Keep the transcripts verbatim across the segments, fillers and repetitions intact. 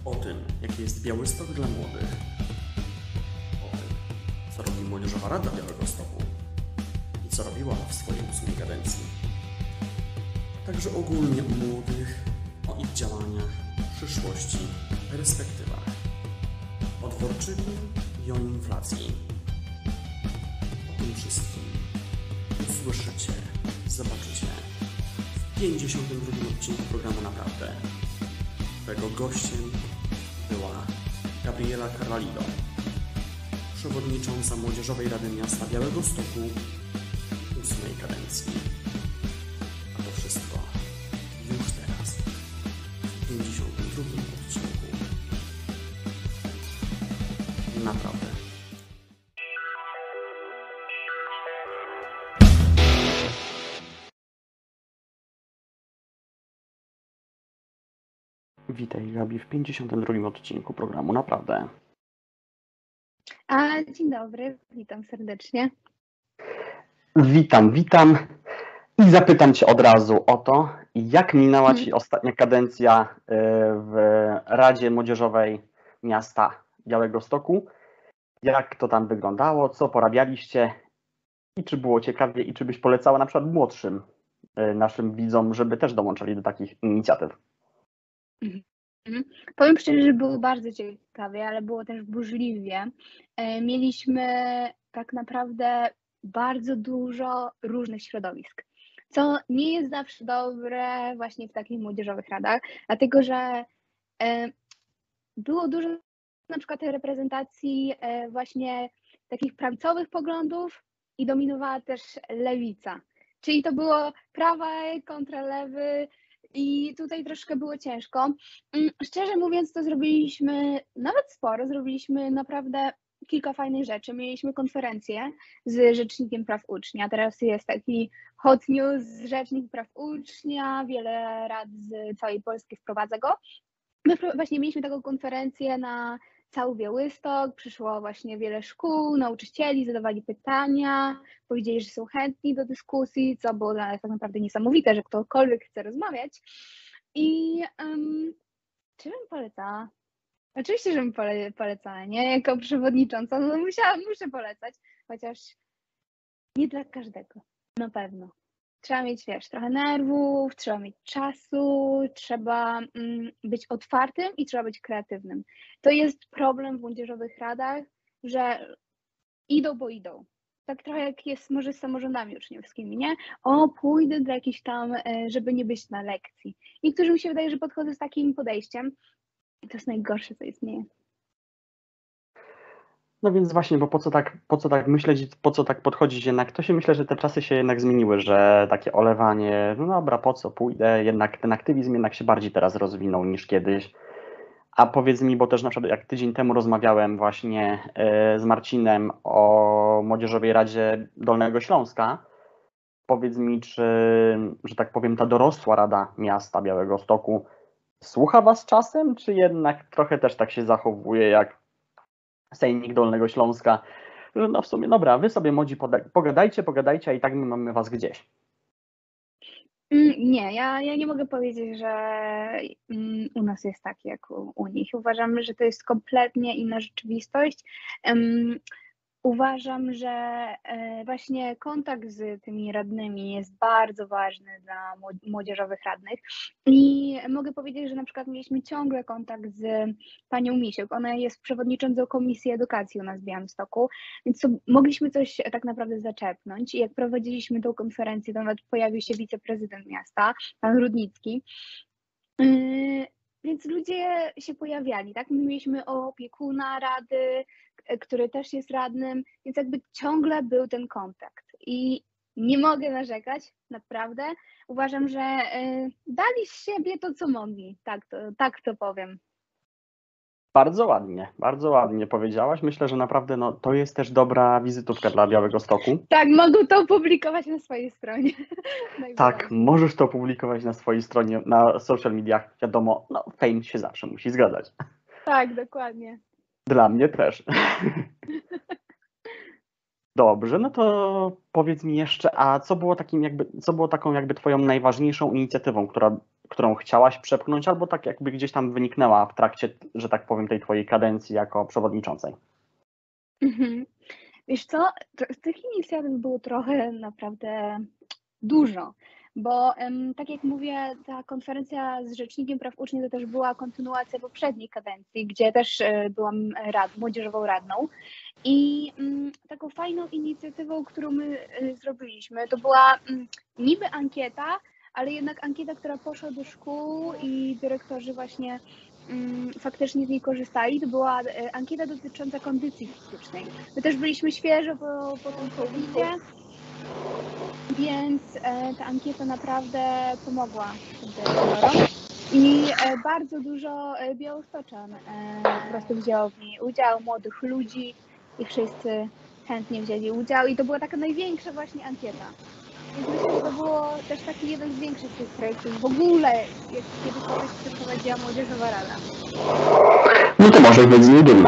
O tym, jaki jest Białystok dla młodych. O tym, co robi Młodzieżowa Rada Białegostoku i co robiła w swojej ósmej kadencji. Także ogólnie o młodych, o ich działaniach, przyszłości, perspektywach. O Dworczyku i o inflacji. O tym wszystkim usłyszycie, zobaczycie w pięćdziesiątym drugim odcinku programu Naprawdę, którego gościem była Gabriela Carvalho, przewodnicząca Młodzieżowej Rady Miasta Białegostoku ósmej kadencji. A to wszystko już teraz w pięćdziesiątym drugim odcinku Naprawdę. Witaj, Gabi, w pięćdziesiątym drugim odcinku programu Naprawdę. A, dzień dobry, witam serdecznie. Witam, witam i zapytam Cię od razu o to, jak minęła Ci ostatnia kadencja w Radzie Młodzieżowej Miasta Białegostoku. Jak to tam wyglądało, co porabialiście i czy było ciekawie i czy byś polecała na przykład młodszym naszym widzom, żeby też dołączali do takich inicjatyw? Mhm. Powiem szczerze, że było bardzo ciekawie, ale było też burzliwie. Mieliśmy tak naprawdę bardzo dużo różnych środowisk, co nie jest zawsze dobre właśnie w takich młodzieżowych radach, dlatego że było dużo na przykład reprezentacji właśnie takich prawicowych poglądów i dominowała też lewica, czyli to było prawa kontra lewy. I tutaj troszkę było ciężko. Szczerze mówiąc, to zrobiliśmy nawet sporo, zrobiliśmy naprawdę kilka fajnych rzeczy. Mieliśmy konferencję z Rzecznikiem Praw Ucznia. Teraz jest taki hot news, Rzecznik Praw Ucznia, wiele rad z całej Polski wprowadza go. My właśnie mieliśmy taką konferencję na cały Białystok, przyszło właśnie wiele szkół, nauczycieli, zadawali pytania, powiedzieli, że są chętni do dyskusji, co było dla nas tak naprawdę niesamowite, że ktokolwiek chce rozmawiać. I um, czy bym polecała? Oczywiście, że bym pole, polecała, nie? Jako przewodnicząca, no musiałam, muszę polecać, chociaż nie dla każdego, na pewno. Trzeba mieć, wiesz, trochę nerwów, trzeba mieć czasu, trzeba mm, być otwartym i trzeba być kreatywnym. To jest problem w młodzieżowych radach, że idą, bo idą. Tak trochę jak jest może z samorządami uczniowskimi, nie? O, pójdę dla jakichś tam, żeby nie być na lekcji. Niektórzy mi się wydaje, że podchodzą z takim podejściem. I to jest najgorsze, co istnieje. No więc właśnie, bo po co tak, po co tak myśleć, po co tak podchodzić jednak, to się myślę, że te czasy się jednak zmieniły, że takie olewanie, no dobra, po co pójdę, jednak ten aktywizm jednak się bardziej teraz rozwinął niż kiedyś. A powiedz mi, bo też na przykład jak tydzień temu rozmawiałem właśnie z Marcinem o Młodzieżowej Radzie Dolnego Śląska, powiedz mi, czy, że tak powiem, ta dorosła Rada Miasta Białegostoku słucha was czasem, czy jednak trochę też tak się zachowuje jak Sejmik Dolnego Śląska, że no w sumie, dobra, wy sobie młodzi pogadajcie, pogadajcie, a i tak my mamy was gdzieś. Nie, ja, ja nie mogę powiedzieć, że u nas jest tak jak u, u nich. Uważam, że to jest kompletnie inna rzeczywistość. Um, Uważam, że właśnie kontakt z tymi radnymi jest bardzo ważny dla młodzieżowych radnych i mogę powiedzieć, że na przykład mieliśmy ciągle kontakt z panią Misiuk. Ona jest przewodniczącą Komisji Edukacji u nas w Białymstoku, więc to mogliśmy coś tak naprawdę zaczepnąć i jak prowadziliśmy tą konferencję, to nawet pojawił się wiceprezydent miasta, pan Rudnicki. Więc ludzie się pojawiali, tak? My mieliśmy opiekuna rady, który też jest radnym, więc jakby ciągle był ten kontakt. I nie mogę narzekać, naprawdę. Uważam, że dali z siebie to, co mogli. Tak to, tak to powiem. Bardzo ładnie, bardzo ładnie powiedziałaś. Myślę, że naprawdę no, to jest też dobra wizytówka dla Białegostoku. Tak, mogę to opublikować na swojej stronie. Tak, możesz to opublikować na swojej stronie, na social mediach. Wiadomo, no fame się zawsze musi zgadzać. Tak, dokładnie. Dla mnie też. Dobrze, no to powiedz mi jeszcze, a co było takim jakby, co było taką jakby twoją najważniejszą inicjatywą, która, którą chciałaś przepchnąć, albo tak jakby gdzieś tam wyniknęła w trakcie, że tak powiem, tej twojej kadencji jako przewodniczącej? Mhm. Wiesz co, to, tych inicjatyw było trochę naprawdę dużo, bo em, tak jak mówię, ta konferencja z Rzecznikiem Praw Uczniów to też była kontynuacja poprzedniej kadencji, gdzie też e, byłam rad, młodzieżową radną i mm, taką fajną inicjatywą, którą my e, zrobiliśmy, to była mm, niby ankieta, ale jednak ankieta, która poszła do szkół i dyrektorzy właśnie mm, faktycznie z niej korzystali. To była e, ankieta dotycząca kondycji fizycznej. My też byliśmy świeżo po, po tym kowidzie, więc e, ta ankieta naprawdę pomogła seniorom i e, bardzo dużo e, białostoczan e, po prostu wzięło w niej udział, młodych ludzi i wszyscy chętnie wzięli udział i to była taka największa właśnie ankieta. Więc myślę, że to było też taki jeden z większych tych projektów w ogóle, jak kiedykolwiek przeprowadziła Młodzieżowa Rada. No to może być z niej dumna.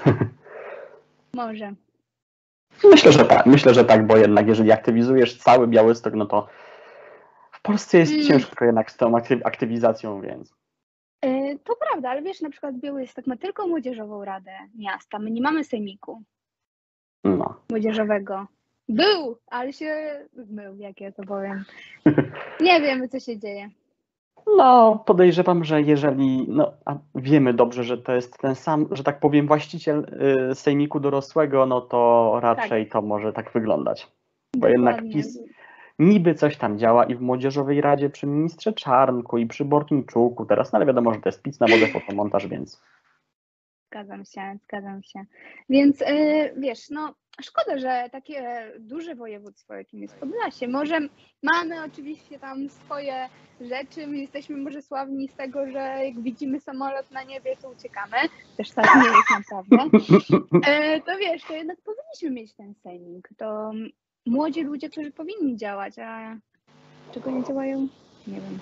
Może. Myślę, że tak, myślę, że tak, bo jednak jeżeli aktywizujesz cały Białystok, no to w Polsce jest Mm. ciężko jednak z tą aktyw- aktywizacją, więc... Yy, to prawda, ale wiesz, na przykład Białystok ma tylko Młodzieżową Radę Miasta, my nie mamy sejmiku No. młodzieżowego. Był, ale się zmył, jak ja to powiem. Nie wiemy, co się dzieje. No, podejrzewam, że jeżeli, no, a wiemy dobrze, że to jest ten sam, że tak powiem, właściciel y, sejmiku dorosłego, no to raczej to może tak wyglądać. Bo jednak Dokładnie. PiS niby coś tam działa i w Młodzieżowej Radzie przy ministrze Czarnku i przy Bortniczuku teraz, no ale wiadomo, że to jest pic na wodę, fotomontaż, więc... Zgadzam się, zgadzam się. Więc yy, wiesz, no szkoda, że takie duże województwo, jakim jest Podlasie, może mamy oczywiście tam swoje rzeczy, my jesteśmy może sławni z tego, że jak widzimy samolot na niebie, to uciekamy, też tak nie jest naprawdę, yy, to wiesz, to jednak powinniśmy mieć ten sejmik, to młodzi ludzie, którzy powinni działać, a czego nie działają, nie wiem.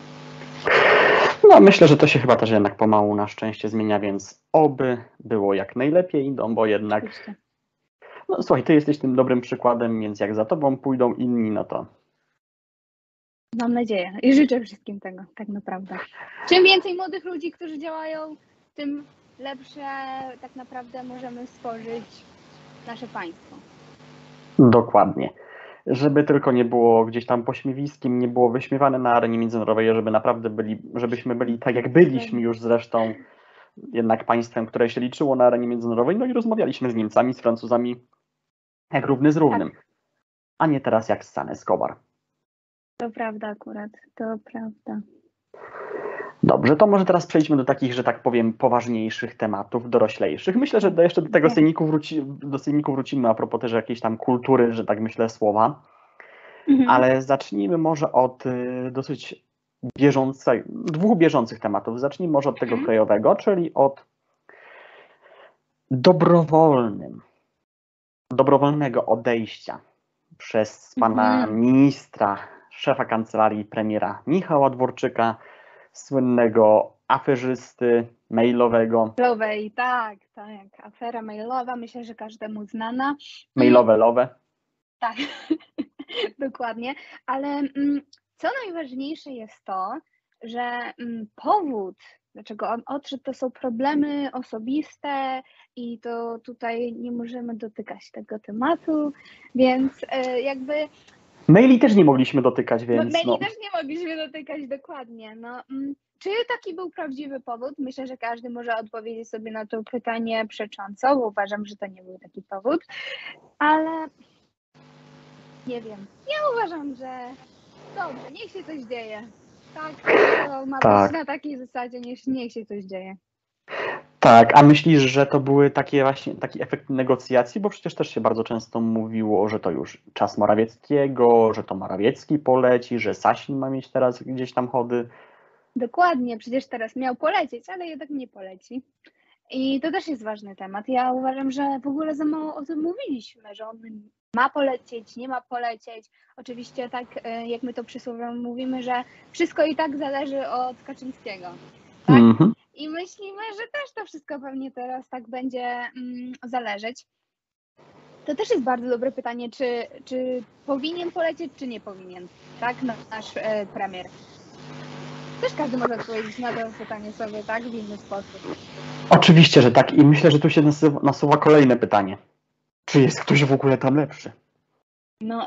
No, myślę, że to się chyba też jednak pomału na szczęście zmienia, więc oby było jak najlepiej, no bo jednak... Oczywiście. No słuchaj, ty jesteś tym dobrym przykładem, więc jak za tobą pójdą inni, no to... Mam nadzieję i życzę wszystkim tego, tak naprawdę. Czym więcej młodych ludzi, którzy działają, tym lepsze tak naprawdę możemy stworzyć nasze państwo. Dokładnie. Żeby tylko nie było gdzieś tam pośmiewiskiem, nie było wyśmiewane na arenie międzynarodowej, żeby naprawdę byli, żebyśmy byli tak jak byliśmy już zresztą jednak państwem, które się liczyło na arenie międzynarodowej, no i rozmawialiśmy z Niemcami, z Francuzami jak równy z równym, Tak. a nie teraz jak z San Escobar. To prawda akurat, to prawda. Dobrze, to może teraz przejdźmy do takich, że tak powiem, poważniejszych tematów, doroślejszych. Myślę, że do, jeszcze do tego sejmiku, wróci, do sejmiku wrócimy a propos też jakiejś tam kultury, że tak myślę, słowa. Mhm. Ale zacznijmy może od y, dosyć bieżących, dwóch bieżących tematów. Zacznijmy może od tego Mhm. krajowego, czyli od dobrowolnym, dobrowolnego odejścia przez pana Mhm. ministra, szefa kancelarii premiera Michała Dworczyka, słynnego aferzysty mailowego. Mailowej, tak, tak, afera mailowa, myślę, że każdemu znana. Mailowe lowe. Tak, dokładnie, ale mm, co najważniejsze jest to, że mm, powód, dlaczego on odszedł, to są problemy osobiste i to tutaj nie możemy dotykać tego tematu, więc e, jakby Maili też nie mogliśmy dotykać, więc maili no. też nie mogliśmy dotykać dokładnie. No, mm, czy taki był prawdziwy powód? Myślę, że każdy może odpowiedzieć sobie na to pytanie przecząco, bo uważam, że to nie był taki powód, ale nie wiem. Ja uważam, że dobrze, niech się coś dzieje. Tak, to ma Tak. być na takiej zasadzie, niech, niech się coś dzieje. Tak, a myślisz, że to były takie właśnie taki efekt negocjacji, bo przecież też się bardzo często mówiło, że to już czas Morawieckiego, że to Morawiecki poleci, że Sasin ma mieć teraz gdzieś tam chody. Dokładnie, przecież teraz miał polecieć, ale jednak nie poleci. I to też jest ważny temat. Ja uważam, że w ogóle za mało o tym mówiliśmy, że on ma polecieć, nie ma polecieć. Oczywiście tak, jak my to przysłowie mówimy, że wszystko i tak zależy od Kaczyńskiego. Tak? Mhm. I myślimy, że też to wszystko pewnie teraz tak będzie mm, zależeć. To też jest bardzo dobre pytanie, czy, czy powinien polecieć, czy nie powinien, tak, nasz e, premier. Też każdy może odpowiedzieć na to pytanie sobie, tak? W inny sposób. Oczywiście, że tak. I myślę, że tu się nasuwa, nasuwa kolejne pytanie. Czy jest ktoś w ogóle tam lepszy? No.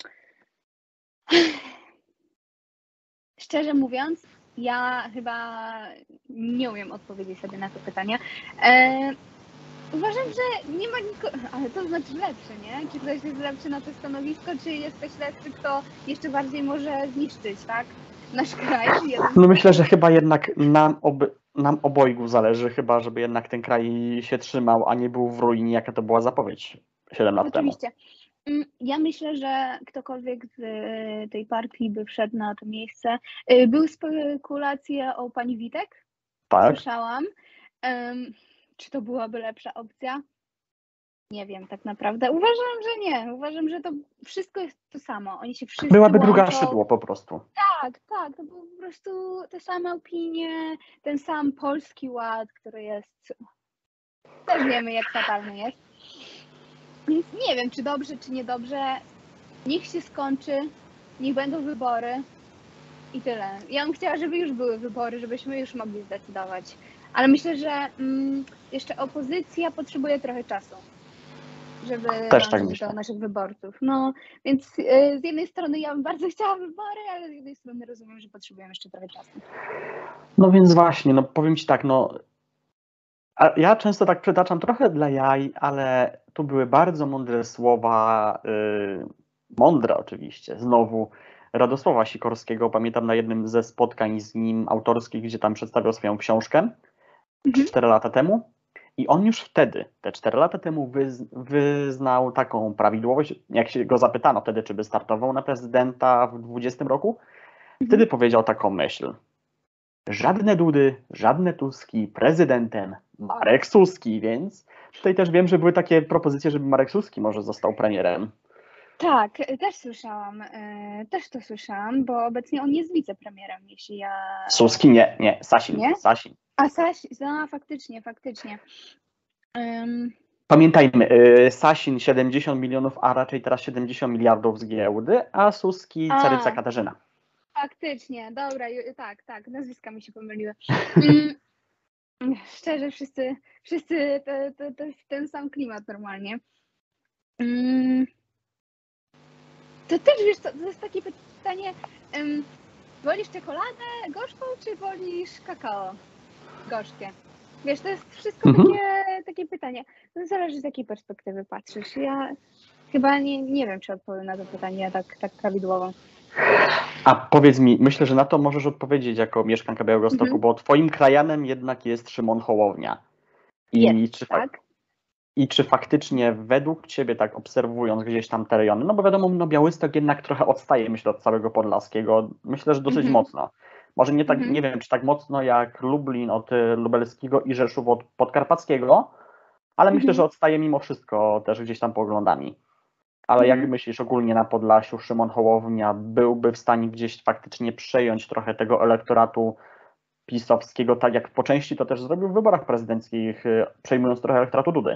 Szczerze mówiąc, ja chyba nie umiem odpowiedzieć sobie na to pytanie. E, uważam, że nie ma nikogo, ale to znaczy lepszy, nie? Czy ktoś jest lepszy na to stanowisko, czy jest ktoś lepszy, kto jeszcze bardziej może zniszczyć, tak? Nasz kraj. Jeden No myślę, że chyba jednak nam, oby, nam obojgu zależy chyba, żeby jednak ten kraj się trzymał, a nie był w ruinie, jaka to była zapowiedź siedem lat temu. Oczywiście. Mm, Ja myślę, że ktokolwiek z y, tej partii by wszedł na to miejsce. Y, Były spekulacje o pani Witek, Tak? słyszałam. Em, Czy to byłaby lepsza opcja? Nie wiem tak naprawdę. Uważam, że nie. Uważam, że to wszystko jest to samo. Oni się wszyscy Byłaby druga łączą. szydło po prostu. Tak, tak. To były po prostu te same opinie, ten sam polski ład, który jest... Też wiemy, jak fatalny jest. Więc nie wiem, czy dobrze, czy niedobrze. Niech się skończy, niech będą wybory i tyle. Ja bym chciała, żeby już były wybory, żebyśmy już mogli zdecydować. Ale myślę, że mm, jeszcze opozycja potrzebuje trochę czasu, żeby Też tak dotrzeć myślę. do naszych wyborców. No, więc y, z jednej strony ja bym bardzo chciała wybory, ale z jednej strony rozumiem, że potrzebujemy jeszcze trochę czasu. No więc właśnie, no powiem Ci tak, no a ja często tak przytaczam trochę dla jaj, ale tu były bardzo mądre słowa, yy, mądre oczywiście, znowu Radosława Sikorskiego. Pamiętam na jednym ze spotkań z nim autorskich, gdzie tam przedstawiał swoją książkę Mhm. cztery lata temu. I on już wtedy, te cztery lata temu, wyz, wyznał taką prawidłowość, jak się go zapytano wtedy, czy by startował na prezydenta w dwudziestym roku, wtedy powiedział taką myśl. Żadne Dudy, żadne Tuski, prezydentem Marek Suski, więc tutaj też wiem, że były takie propozycje, żeby Marek Suski może został premierem. Tak, też słyszałam, y, też to słyszałam, bo obecnie on jest wicepremierem, jeśli ja... Suski nie, nie, Sasin, Nie? Sasin. A Saś, no faktycznie, faktycznie. Um, Pamiętajmy, y, Sasin siedemdziesiąt milionów, a raczej teraz siedemdziesiąt miliardów z giełdy, a Suski A. Caryca Katarzyna. faktycznie, dobra, ju- tak, tak, nazwiska mi się pomyliły. Mm, szczerze, wszyscy, wszyscy to, to, to jest ten sam klimat normalnie. Mm, to też, wiesz co, to jest takie pytanie, um, wolisz czekoladę gorzką, czy wolisz kakao gorzkie? Wiesz, to jest wszystko Mhm. takie, takie pytanie. No zależy z jakiej perspektywy patrzysz. Ja chyba nie, nie wiem, czy odpowiem na to pytanie tak, tak prawidłowo. A powiedz mi, myślę, że na to możesz odpowiedzieć jako mieszkanka Białegostoku, Mhm. bo twoim krajanem jednak jest Szymon Hołownia. I, Jest, czy, tak? I czy faktycznie według ciebie, tak obserwując gdzieś tam te rejony, no bo wiadomo, no Białystok jednak trochę odstaje, myślę, od całego Podlaskiego, myślę, że dosyć Mhm. mocno. Może nie tak, Mhm. nie wiem, czy tak mocno jak Lublin od y, lubelskiego i Rzeszów od podkarpackiego, ale myślę, Mhm. że odstaje mimo wszystko też gdzieś tam poglądami. Ale Mhm. jak myślisz ogólnie na Podlasiu, Szymon Hołownia byłby w stanie gdzieś faktycznie przejąć trochę tego elektoratu pisowskiego, tak jak po części to też zrobił w wyborach prezydenckich, y, przejmując trochę elektoratu Dudy?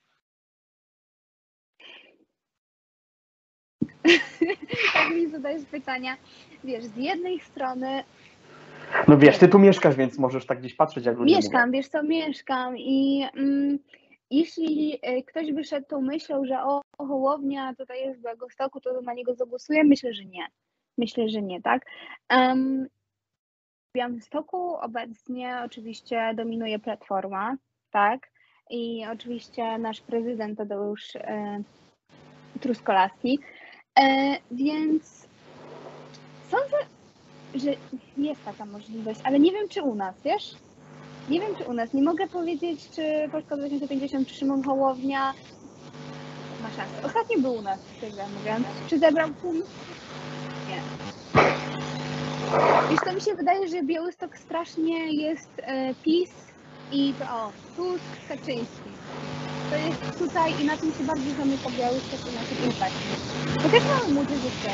Tak mi zadajesz pytania. Wiesz, z jednej strony No wiesz, ty tu mieszkasz, więc możesz tak gdzieś patrzeć, jak ludzie mieszkam, mówią. wiesz co, mieszkam i mm, jeśli y, ktoś by szedł tą myślą, że o, Hołownia tutaj jest w Białegostoku, to na niego zagłosuję, myślę, że nie. Myślę, że nie, tak? Um, w Białymstoku obecnie oczywiście dominuje Platforma, tak? I oczywiście nasz prezydent Tadeusz e, Truskolaski. E, więc sądzę, że jest taka możliwość, ale nie wiem, czy u nas, wiesz? Nie wiem, czy u nas. Nie mogę powiedzieć, czy Polska dwa tysiące pięćdziesiąt, czy Szymon Hołownia ma szansę. Ostatnio był u nas, szczerze mówiąc. Czy zebrał punkt? Nie. Wiesz, to mi się wydaje, że Białystok strasznie jest e, PiS i o, Tusk, Kaczyński. To jest tutaj i na tym się bardziej zamyka Białystok i na tym impakcie. Bo też mamy młodzieżówkę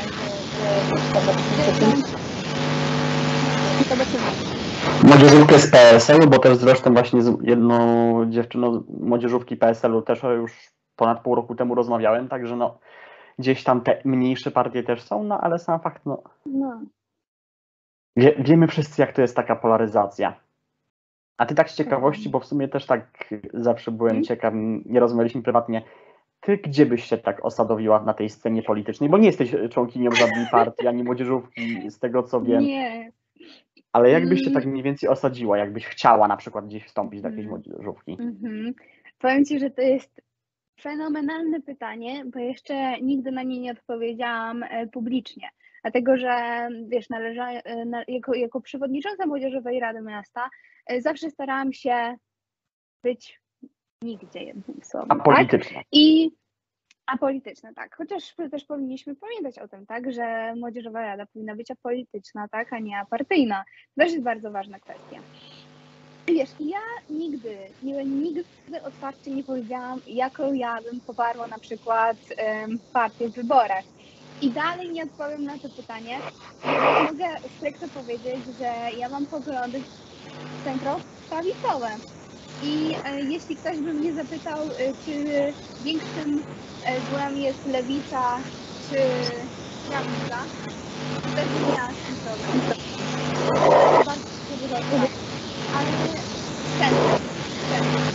w zobaczymy. Młodzieżówkę z P S L-u, bo też zresztą właśnie z jedną dziewczyną z młodzieżówki P S L-u też już ponad pół roku temu rozmawiałem, także no gdzieś tam te mniejsze partie też są, no ale sam fakt, no No. Wie, wiemy wszyscy, jak to jest taka polaryzacja. A ty tak z ciekawości, Dokładnie. bo w sumie też tak zawsze byłem Mhm. ciekaw, nie rozmawialiśmy prywatnie, ty gdzie byś się tak osadowiła na tej scenie politycznej? Bo nie jesteś członkinią żadnej partii, ani młodzieżówki, z tego co wiem, Nie. ale jak byś się Mm, tak mniej więcej osadziła, jakbyś chciała na przykład gdzieś wstąpić do jakiejś mhm. młodzieżówki? Mhm. Powiem ci, że to jest fenomenalne pytanie, bo jeszcze nigdy na nie nie odpowiedziałam e, publicznie. Dlatego, że wiesz, należa, e, na, jako, jako przewodnicząca Młodzieżowej Rady Miasta e, zawsze starałam się być nigdzie, jednym A słowem, tak? polityczna. I apolityczne, tak. Chociaż też powinniśmy pamiętać o tym, tak, że Młodzieżowa Rada powinna być apolityczna, tak, a nie apartyjna. To też jest bardzo ważna kwestia. Wiesz, ja nigdy, nie, nigdy otwarcie nie powiedziałam, jaką ja bym poparła na przykład um, partię w wyborach. I dalej nie odpowiem na to pytanie, jednak mogę stricte powiedzieć, że ja mam poglądy centroprawicowe. I e, jeśli ktoś by mnie zapytał, e, czy większym e, złem jest lewica, czy prawica, to też bym miała z tym problem. Bardzo się wygląda. Ale centrum, centrum.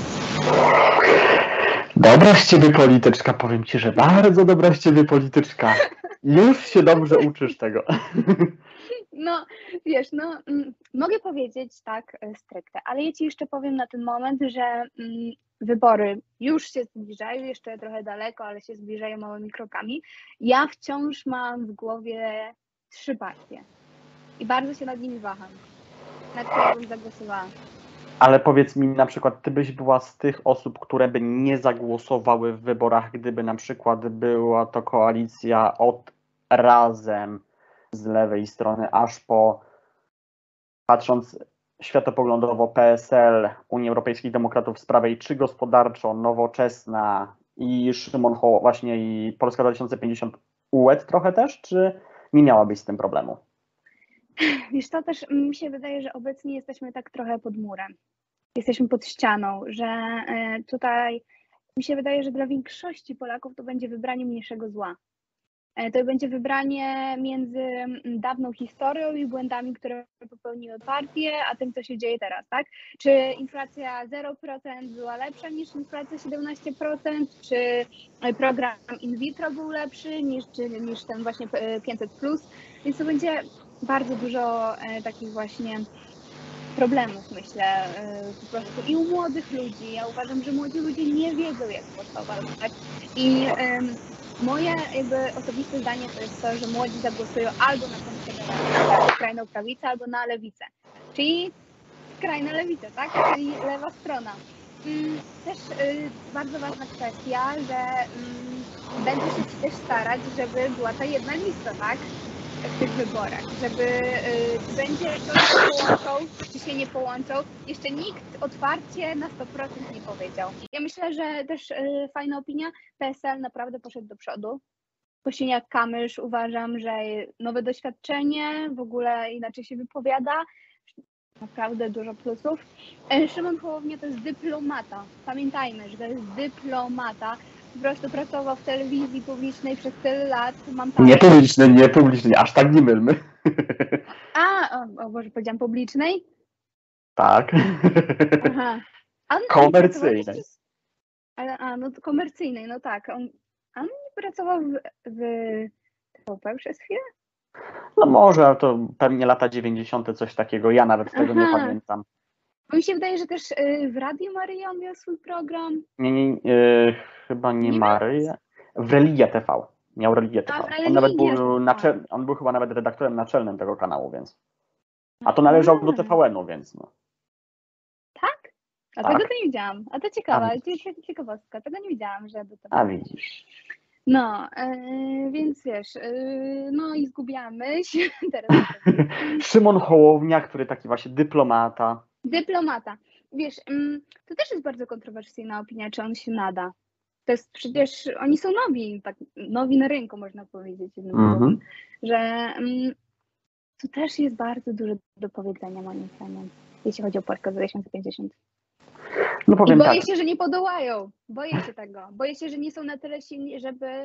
Dobra z ciebie polityczka, powiem ci, że bardzo dobra z ciebie polityczka. Już się dobrze uczysz tego. No, wiesz, no, mm, mogę powiedzieć tak e, stricte, ale ja ci jeszcze powiem na ten moment, że mm, wybory już się zbliżają, jeszcze trochę daleko, ale się zbliżają małymi krokami. Ja wciąż mam w głowie trzy partie i bardzo się nad nimi waham, na które bym zagłosowała. Ale powiedz mi na przykład, ty byś była z tych osób, które by nie zagłosowały w wyborach, gdyby na przykład była to koalicja od Razem z lewej strony, aż po, patrząc światopoglądowo, P S L, Unii Europejskich Demokratów z prawej, czy gospodarczo, Nowoczesna i Szymon Hołownia, właśnie i Polska dwa tysiące pięćdziesiąt U E T trochę też, czy nie miałabyś z tym problemu? Wiesz, to też mi się wydaje, że obecnie jesteśmy tak trochę pod murem. Jesteśmy pod ścianą, że e, tutaj mi się wydaje, że dla większości Polaków to będzie wybranie mniejszego zła. E, To będzie wybranie między mm, dawną historią i błędami, które popełniły partie, a tym, co się dzieje teraz, tak? Czy inflacja zero procent była lepsza niż inflacja siedemnaście procent? Czy e, program in vitro był lepszy niż, czy, niż ten właśnie e, pięćset plus? Więc to będzie bardzo dużo e, takich właśnie problemów, myślę, e, po prostu i u młodych ludzi. Ja uważam, że młodzi ludzie nie wiedzą, jak głosować, tak? I em, moje jakby osobiste zdanie to jest to, że młodzi zagłosują albo na Konfederację, skrajną prawicę, albo na lewicę. Czyli skrajna lewica, tak? Czyli lewa strona. Mm, Też y, bardzo ważna kwestia, że mm, będę się też starać, żeby była ta jedna lista, tak? W tych wyborach, żeby y, czy będzie ktoś się połączą, czy się nie połączą. Jeszcze nikt otwarcie na sto procent nie powiedział. Ja myślę, że też y, fajna opinia, P S L naprawdę poszedł do przodu. Kosiniak-Kamysz uważam, że nowe doświadczenie, w ogóle inaczej się wypowiada, naprawdę dużo plusów. E, Szymon Hołownia to jest dyplomata. Pamiętajmy, że to jest dyplomata. Po prostu pracował w telewizji publicznej przez tyle lat. Mam talent. Nie publiczny, nie publiczny, aż tak nie mylmy. A, o, o Boże, powiedziałam publicznej? Tak. Aha. A on, on pracował też Komercyjnej. przez... Ale, a, no to komercyjnej, no tak. On, a on nie pracował w, w T V P przez chwilę? No może, ale to pewnie lata dziewięćdziesiąte coś takiego. Ja nawet tego nie Aha. pamiętam. Bo mi się wydaje, że też y, w Radiu Maryja on miał swój program. Nie, nie, yy, chyba nie, Nie Maryja. W Religia T V. Miał Religię A, T V. w On nawet Religia był T V. naczel... on był chyba nawet redaktorem naczelnym tego kanału, więc. A to należało do T V N-u, więc no. Tak? A Tak. tego to nie widziałam. A to ciekawa, A to jest ciekawostka. Tego nie widziałam, że do tego. A widzisz. No, yy, więc wiesz, yy, no i zgubiłam myśl. Teraz Szymon Hołownia, który taki właśnie dyplomata. dyplomata. Wiesz, yy, to też jest bardzo kontrowersyjna opinia, czy on się nada. To jest przecież, oni są nowi, tak nowi na rynku, można powiedzieć jednym Mhm. słowem, że yy, to też jest bardzo dużo do powiedzenia moim zdaniem, jeśli chodzi o Polskę dwa tysiące pięćdziesiąt. No I powiem boję tak. się, że nie podołają. Boję się tego. Boję się, że nie są na tyle silni, żeby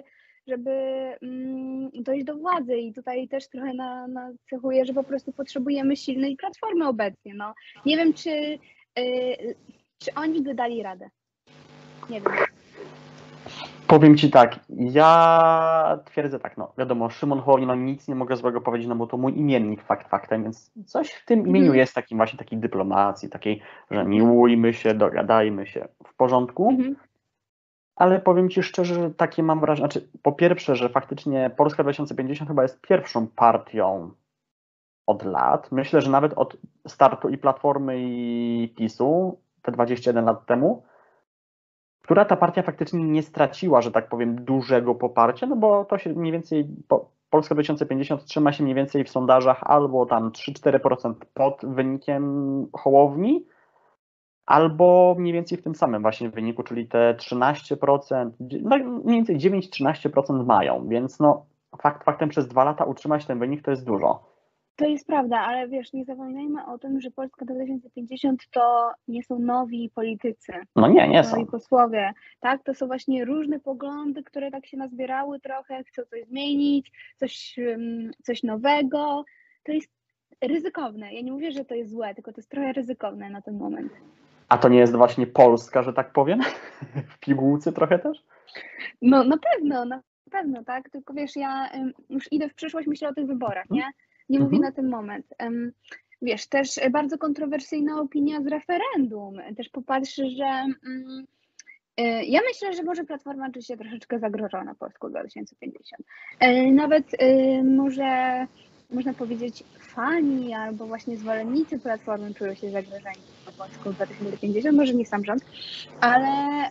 żeby mm, dojść do władzy i tutaj też trochę na, nacechuję, że po prostu potrzebujemy silnej platformy obecnie. No. Nie wiem, czy, yy, czy oni by dali radę. Nie wiem. Powiem Ci tak, ja twierdzę tak, no wiadomo, Szymon Hołownia, no nic nie mogę złego powiedzieć, no bo to mój imiennik, fakt faktem, więc coś w tym imieniu Mhm. jest takim właśnie takiej dyplomacji, takiej, że Mhm. miłujmy się, dogadajmy się, w porządku, Mhm. ale powiem Ci szczerze, że takie mam wrażenie, znaczy po pierwsze, że faktycznie Polska dwa tysiące pięćdziesiąt chyba jest pierwszą partią od lat, myślę, że nawet od startu i Platformy i PiSu, te dwadzieścia jeden lat temu, która ta partia faktycznie nie straciła, że tak powiem, dużego poparcia, no bo to się mniej więcej, po, Polska dwa tysiące pięćdziesiąt trzyma się mniej więcej w sondażach albo tam trzy cztery procent pod wynikiem Hołowni, albo mniej więcej w tym samym właśnie wyniku, czyli te trzynaście procent, no mniej więcej dziewięć trzynaście procent mają, więc no fakt faktem przez dwa lata utrzymać ten wynik to jest dużo. To jest prawda, ale wiesz, nie zapominajmy o tym, że Polska dwa tysiące pięćdziesiąt to nie są nowi politycy, No nie, nie nowi są. posłowie, tak? To są właśnie różne poglądy, które tak się nazbierały trochę, chcą coś zmienić, coś, ym, coś nowego. To jest ryzykowne. Ja nie mówię, że to jest złe, tylko to jest trochę ryzykowne na ten moment. A to nie jest właśnie Polska, że tak powiem? W pigułce trochę też? No na pewno, na pewno, tak? Tylko wiesz, ja ym, już idę w przyszłość, myślę o tych wyborach, nie? Nie mówię Mhm. na ten moment. Ym, Wiesz, też bardzo kontrowersyjna opinia z referendum. Też popatrzy, że mm, y, ja myślę, że może Platforma czuje się troszeczkę zagrożona Polską dwa tysiące pięćdziesiąt. Y, Nawet y, może można powiedzieć fani albo właśnie zwolennicy Platformy czują się zagrożeni Polską dwa tysiące pięćdziesiąt, może nie sam rząd, ale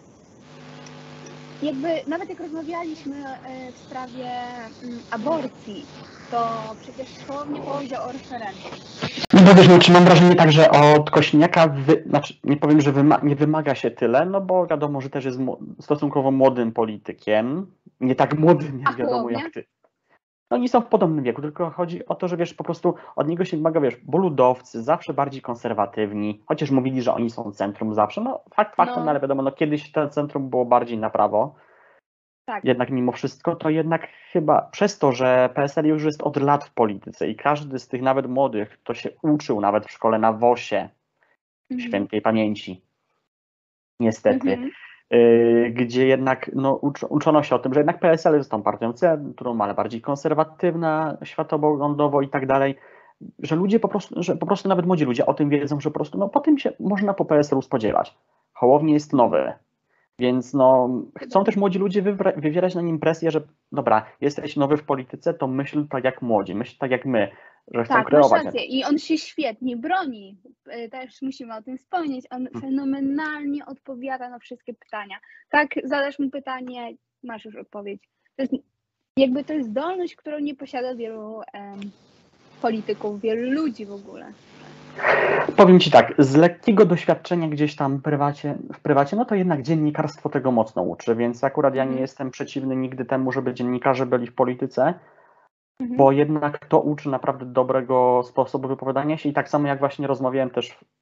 jakby nawet jak rozmawialiśmy y, w sprawie mm, aborcji, to przecież Hołownia powiedział o referendum. No bo wiesz, znaczy mam wrażenie tak, że od Kośniaka, wy, znaczy nie powiem, że wyma, nie wymaga się tyle, no bo wiadomo, że też jest mo, stosunkowo młodym politykiem, nie tak młodym, A jak wiadomo, Hołownia? jak ty. No oni są w podobnym wieku, tylko chodzi o to, że wiesz, po prostu od niego się wymaga, wiesz, bo ludowcy, zawsze bardziej konserwatywni, chociaż mówili, że oni są centrum zawsze, no fakt faktem, No, no, ale wiadomo, no kiedyś to centrum było bardziej na prawo, tak. jednak mimo wszystko, to jednak chyba przez to, że P S L już jest od lat w polityce i każdy z tych nawet młodych, kto się uczył nawet w szkole na WOSie, Mhm. świętej pamięci, niestety, Mhm. yy, gdzie jednak no, ucz, uczono się o tym, że jednak P S L jest tą partią centrum, ale bardziej konserwatywna, światopoglądowo i tak dalej, że ludzie po prostu, że po prostu nawet młodzi ludzie o tym wiedzą, że po prostu no, po tym się można po P S L-u spodziewać. Hołownia jest nowy. Więc no, chcą też młodzi ludzie wywra- wywierać na nim presję, że dobra, jesteś nowy w polityce, to myśl tak jak młodzi, myśl tak jak my, że chcą Tak, masz kreować. rację. I on się świetnie broni. Y, Też musimy o tym wspomnieć. On fenomenalnie odpowiada na wszystkie pytania. Tak, zadasz mu pytanie, masz już odpowiedź. To jest, jakby to jest zdolność, którą nie posiada wielu em, polityków, wielu ludzi w ogóle. Powiem Ci tak, z lekkiego doświadczenia gdzieś tam w prywacie, w prywacie, no to jednak dziennikarstwo tego mocno uczy, więc akurat ja nie Mhm. jestem przeciwny nigdy temu, żeby dziennikarze byli w polityce, Mhm. bo jednak to uczy naprawdę dobrego sposobu wypowiadania się i tak samo jak właśnie rozmawiałem też w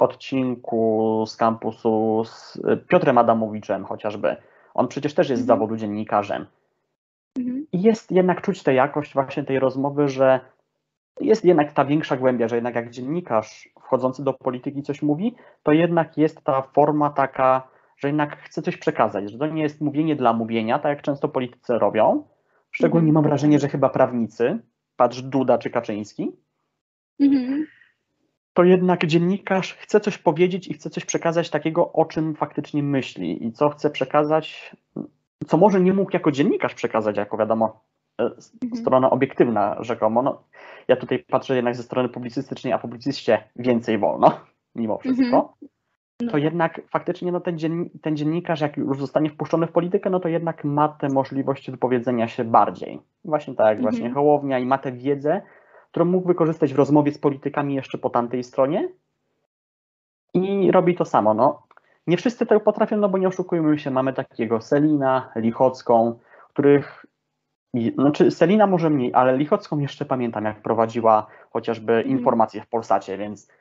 odcinku z kampusu z Piotrem Adamowiczem chociażby. On przecież też jest z Mhm. zawodu dziennikarzem. Mhm. I jest jednak czuć tę jakość właśnie tej rozmowy, że jest jednak ta większa głębia, że jednak jak dziennikarz wchodzący do polityki coś mówi, to jednak jest ta forma taka, że jednak chce coś przekazać, że to nie jest mówienie dla mówienia, tak jak często politycy robią. Szczególnie Mhm. mam wrażenie, że chyba prawnicy, patrz Duda czy Kaczyński, Mhm. to jednak dziennikarz chce coś powiedzieć i chce coś przekazać takiego, o czym faktycznie myśli i co chce przekazać, co może nie mógł jako dziennikarz przekazać, jako wiadomo, Mhm. strona obiektywna rzekomo. No, ja tutaj patrzę jednak ze strony publicystycznej, a publicyście więcej wolno, mimo wszystko. Mhm. No To tak. jednak faktycznie no, ten, dzien, ten dziennikarz, jak już zostanie wpuszczony w politykę, no to jednak ma tę możliwość wypowiedzenia się bardziej. Właśnie tak jak Mhm. właśnie Hołownia i ma tę wiedzę, którą mógł wykorzystać w rozmowie z politykami jeszcze po tamtej stronie i robi to samo. No. Nie wszyscy tego potrafią, no bo nie oszukujmy się, mamy takiego Selina, Lichocką, których, znaczy Selina może mniej, ale Lichocką jeszcze pamiętam, jak prowadziła chociażby Mhm. informacje w Polsacie, więc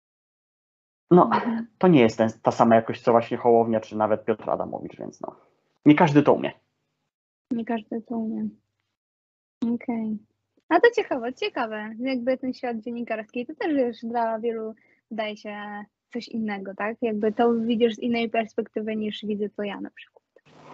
no, Mhm. to nie jest ten, ta sama jakość, co właśnie Hołownia, czy nawet Piotr Adamowicz, więc no, nie każdy to umie. Nie każdy to umie. Okej. Okay. A to ciekawe, ciekawe. Jakby ten świat dziennikarski to też wiesz, dla wielu wydaje się coś innego, tak? Jakby to widzisz z innej perspektywy niż widzę to ja na przykład.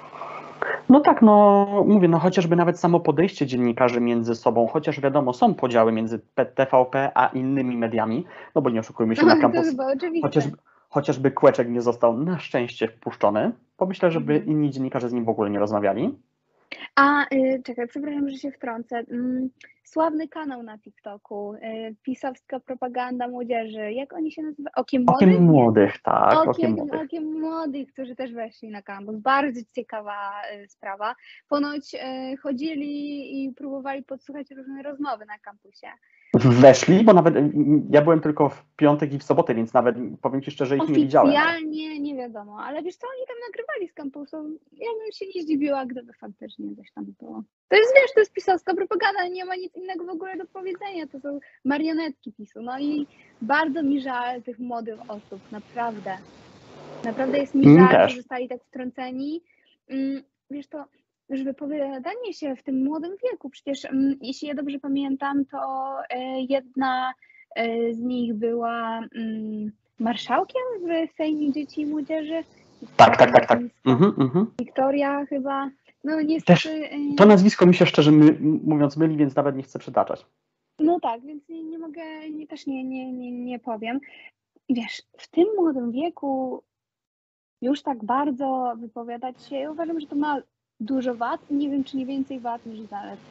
No tak, no mówię, no chociażby nawet samo podejście dziennikarzy między sobą, chociaż wiadomo, są podziały między T V P a innymi mediami, no bo nie oszukujmy się, na kampus, to chyba oczywiste. chociażby, chociażby Kłeczek nie został na szczęście wpuszczony, bo myślę, żeby Mhm. inni dziennikarze z nim w ogóle nie rozmawiali. A, y, czekaj, przepraszam, że się wtrącę. Mm, sławny kanał na TikToku, y, pisowska propaganda młodzieży. Jak oni się nazywają? Okiem Młodych? Okiem Młodych, tak, Okiem, Okiem Młodych. Okiem Młodych, którzy też weszli na kampus. Bardzo ciekawa y, sprawa. Ponoć y, chodzili i próbowali podsłuchać różne rozmowy na kampusie. Weszli, bo nawet ja byłem tylko w piątek i w sobotę, więc nawet powiem Ci szczerze, ich nie widziałem. Oficjalnie nie wiadomo, ale wiesz co, oni tam nagrywali z kampusu. Ja bym się nie zdziwiła, gdyby faktycznie coś tam było. To jest, wiesz, to jest pisowska propaganda, nie ma nic innego w ogóle do powiedzenia, to są marionetki PiSu. No i bardzo mi żal tych młodych osób, naprawdę. Naprawdę jest mi żal, Też. że zostali tak wtrąceni. Wiesz to, już wypowiadanie się w tym młodym wieku, przecież jeśli ja dobrze pamiętam, to jedna z nich była marszałkiem w Sejmie Dzieci i Młodzieży. Tak, tak, tak, tak. Mhm, mhm. Wiktoria chyba. No niestety. Też to nazwisko mi się szczerze mówiąc myli, więc nawet nie chcę przytaczać. No tak, więc nie, nie mogę, nie, też nie, nie, nie, nie powiem. Wiesz, w tym młodym wieku już tak bardzo wypowiadać się, ja uważam, że to ma dużo wad i nie wiem, czy nie więcej wad niż zalet.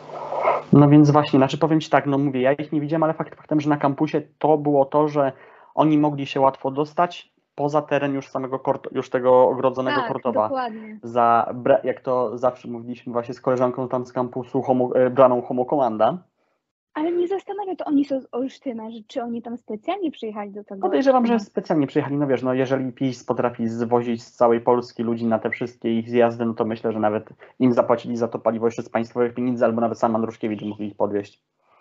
No więc właśnie, znaczy powiem Ci tak, no mówię, ja ich nie widziałem, ale fakt faktem, że na kampusie to było to, że oni mogli się łatwo dostać poza teren już samego Kort- już tego ogrodzonego tak, Kortowa. Dokładnie. Za, jak to zawsze mówiliśmy właśnie z koleżanką tam z kampusu, homo, braną Homo Komanda. Ale mnie zastanawia, to oni są z Olsztyna, że czy oni tam specjalnie przyjechali do tego? Podejrzewam, że specjalnie przyjechali, no wiesz, no jeżeli PiS potrafi zwozić z całej Polski ludzi na te wszystkie ich zjazdy, no to myślę, że nawet im zapłacili za to paliwo jeszcze z państwowych pieniędzy, albo nawet sam Andruszkiewicz mógł ich podwieźć.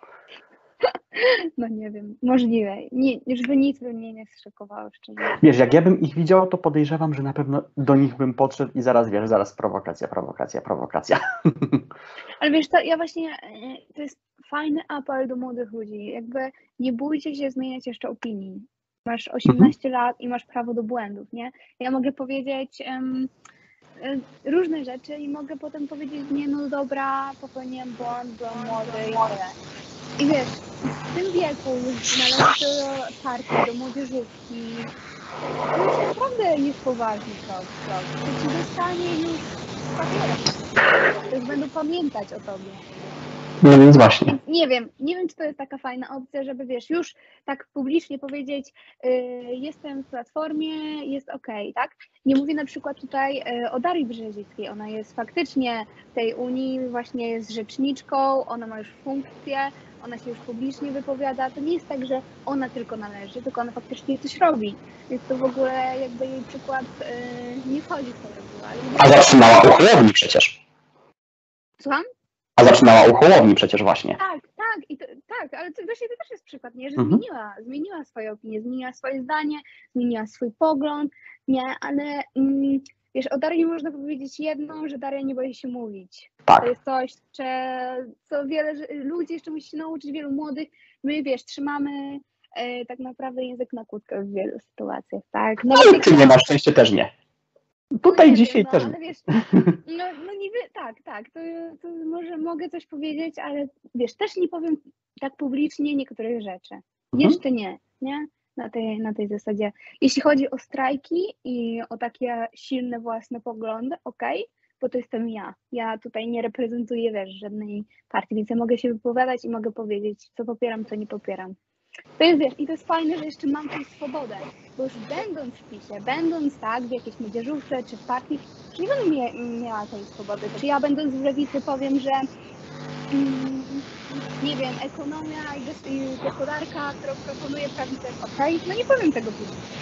No nie wiem, możliwe. Nie, już by nic by mnie nie zszokowało, szczerze. Wiesz, jak ja bym ich widział, to podejrzewam, że na pewno do nich bym podszedł i zaraz, wiesz, zaraz prowokacja, prowokacja, prowokacja. Ale wiesz, to ja właśnie, to jest fajny apel do młodych ludzi. Jakby nie bójcie się zmieniać jeszcze opinii. Masz osiemnaście mhm. lat i masz prawo do błędów, nie? Ja mogę powiedzieć um, różne rzeczy i mogę potem powiedzieć, nie, no dobra, popełniłem błąd, byłem młody i tyle. I wiesz, w tym wieku już należy do partii, do młodzieżówki. To już naprawdę jest poważny krok. krok. To ci dostanie już papierem. To już będą pamiętać o tobie. No więc właśnie. Więc nie wiem, nie wiem, czy to jest taka fajna opcja, żeby wiesz, już tak publicznie powiedzieć, yy, jestem w Platformie, jest okej, okay, tak? Nie mówię na przykład tutaj yy, o Darii Brzezickiej, ona jest faktycznie w tej Unii, właśnie jest rzeczniczką, ona ma już funkcję, ona się już publicznie wypowiada, to nie jest tak, że ona tylko należy, tylko ona faktycznie coś robi, więc to w ogóle jakby jej przykład yy, nie wchodzi w to reguła. A zaczynała u Hołowni przecież. Słucham? A zaczynała u Hołowni przecież właśnie. Tak, tak, i to, tak, ale to właśnie to też jest przykład, nie? Że mhm. zmieniła, zmieniła swoje opinie, zmieniła swoje zdanie, zmieniła swój pogląd, nie, ale mm, wiesz, o Darii można powiedzieć jedno, że Daria nie boi się mówić. Tak. To jest coś, że, co wiele ludzi jeszcze musi się nauczyć, wielu młodych. My, wiesz, trzymamy e, tak naprawdę język na kłódkę w wielu sytuacjach, tak? Nawet ale ty nie, na szczęście też nie. Tutaj no dzisiaj wiem, no, też ale wiesz, no, no niby tak, tak, to, to może mogę coś powiedzieć, ale wiesz, też nie powiem tak publicznie niektórych rzeczy. Mhm. Jeszcze nie, nie? Na tej, na tej zasadzie. Jeśli chodzi o strajki i o takie silne własne poglądy, okej, okay, bo to jestem ja. Ja tutaj nie reprezentuję, wiesz, żadnej partii, więc ja mogę się wypowiadać i mogę powiedzieć, co popieram, co nie popieram. To jest, wiesz, i to jest fajne, że jeszcze mam tą swobodę, bo już będąc w PiSie, będąc tak w jakiejś młodzieżówce czy w partii, już nie będę mia miała tej swobody. Czy ja będąc w lewicy powiem, że mm, nie wiem, ekonomia i, i gospodarka, którą proponuje prawica jest okej? Okay? No nie powiem tego publicznie.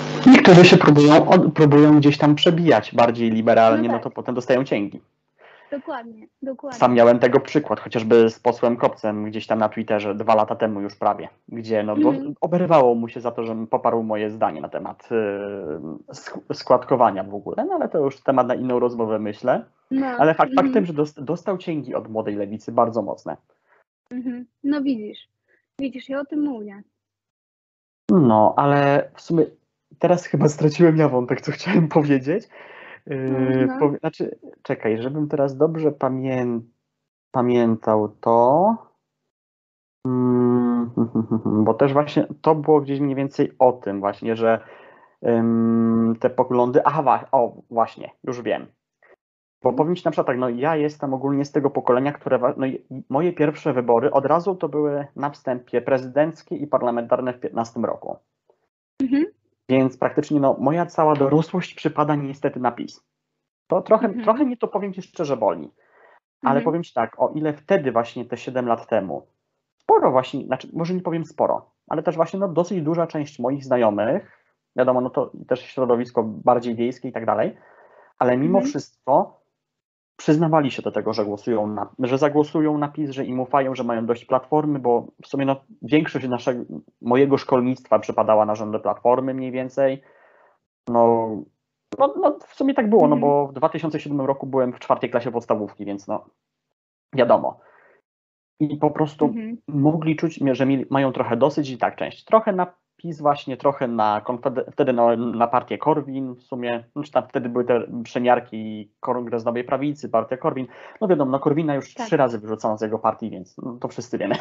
Niektórzy się próbują, próbują gdzieś tam przebijać bardziej liberalnie, no, tak. no to potem dostają cięgi. dokładnie, dokładnie. Sam miałem tego przykład, chociażby z posłem Kopcem gdzieś tam na Twitterze dwa lata temu już prawie, gdzie no, do, Mhm. oberwało mu się za to, że poparł moje zdanie na temat y, sk- składkowania w ogóle, no ale to już temat na inną rozmowę, myślę. No, Ale fakt mhm, faktem, że dost, dostał cięgi od Młodej Lewicy bardzo mocne. mhm. No widzisz, widzisz, ja o tym mówię. No, ale w sumie teraz chyba straciłem ja wątek, co chciałem powiedzieć. No, Yy, no. powie, znaczy, czekaj, żebym teraz dobrze pamię, pamiętał to. Mm, bo też właśnie to było gdzieś mniej więcej o tym właśnie, że ym, te poglądy. Aha, wa- o, właśnie, już wiem. Bo powiem Ci na przykład tak, no ja jestem ogólnie z tego pokolenia, które, wa- no i moje pierwsze wybory od razu to były na wstępie prezydenckie i parlamentarne w piętnastym roku. Mhm, Więc praktycznie no, moja cała dorosłość przypada niestety na PiS. To trochę, mhm, trochę mnie to, powiem Ci szczerze, boli. Ale mhm, powiem Ci tak, o ile wtedy właśnie te siedem lat temu, sporo właśnie, znaczy może nie powiem sporo, ale też właśnie no, dosyć duża część moich znajomych, wiadomo, no to też środowisko bardziej wiejskie i tak dalej, ale mimo mhm. wszystko przyznawali się do tego, że głosują na, że zagłosują na PiS, że im ufają, że mają dość Platformy, bo w sumie no, większość naszego, mojego szkolnictwa przypadała na rządy Platformy mniej więcej. No, no, no w sumie tak było, no Mhm. bo w dwa tysiące siódmym roku byłem w czwartej klasie podstawówki, więc no wiadomo. I po prostu Mhm. mogli czuć, że mieli, mają trochę dosyć i tak część. Trochę na PiS właśnie, trochę na Konfeder- wtedy na, na partię Korwin w sumie, znaczy tam wtedy były te przemiarki Kongres Nowej Prawicy, partia Korwin. No wiadomo, no Korwina już Tak, trzy razy wyrzucono z jego partii, więc no, to wszyscy wiemy.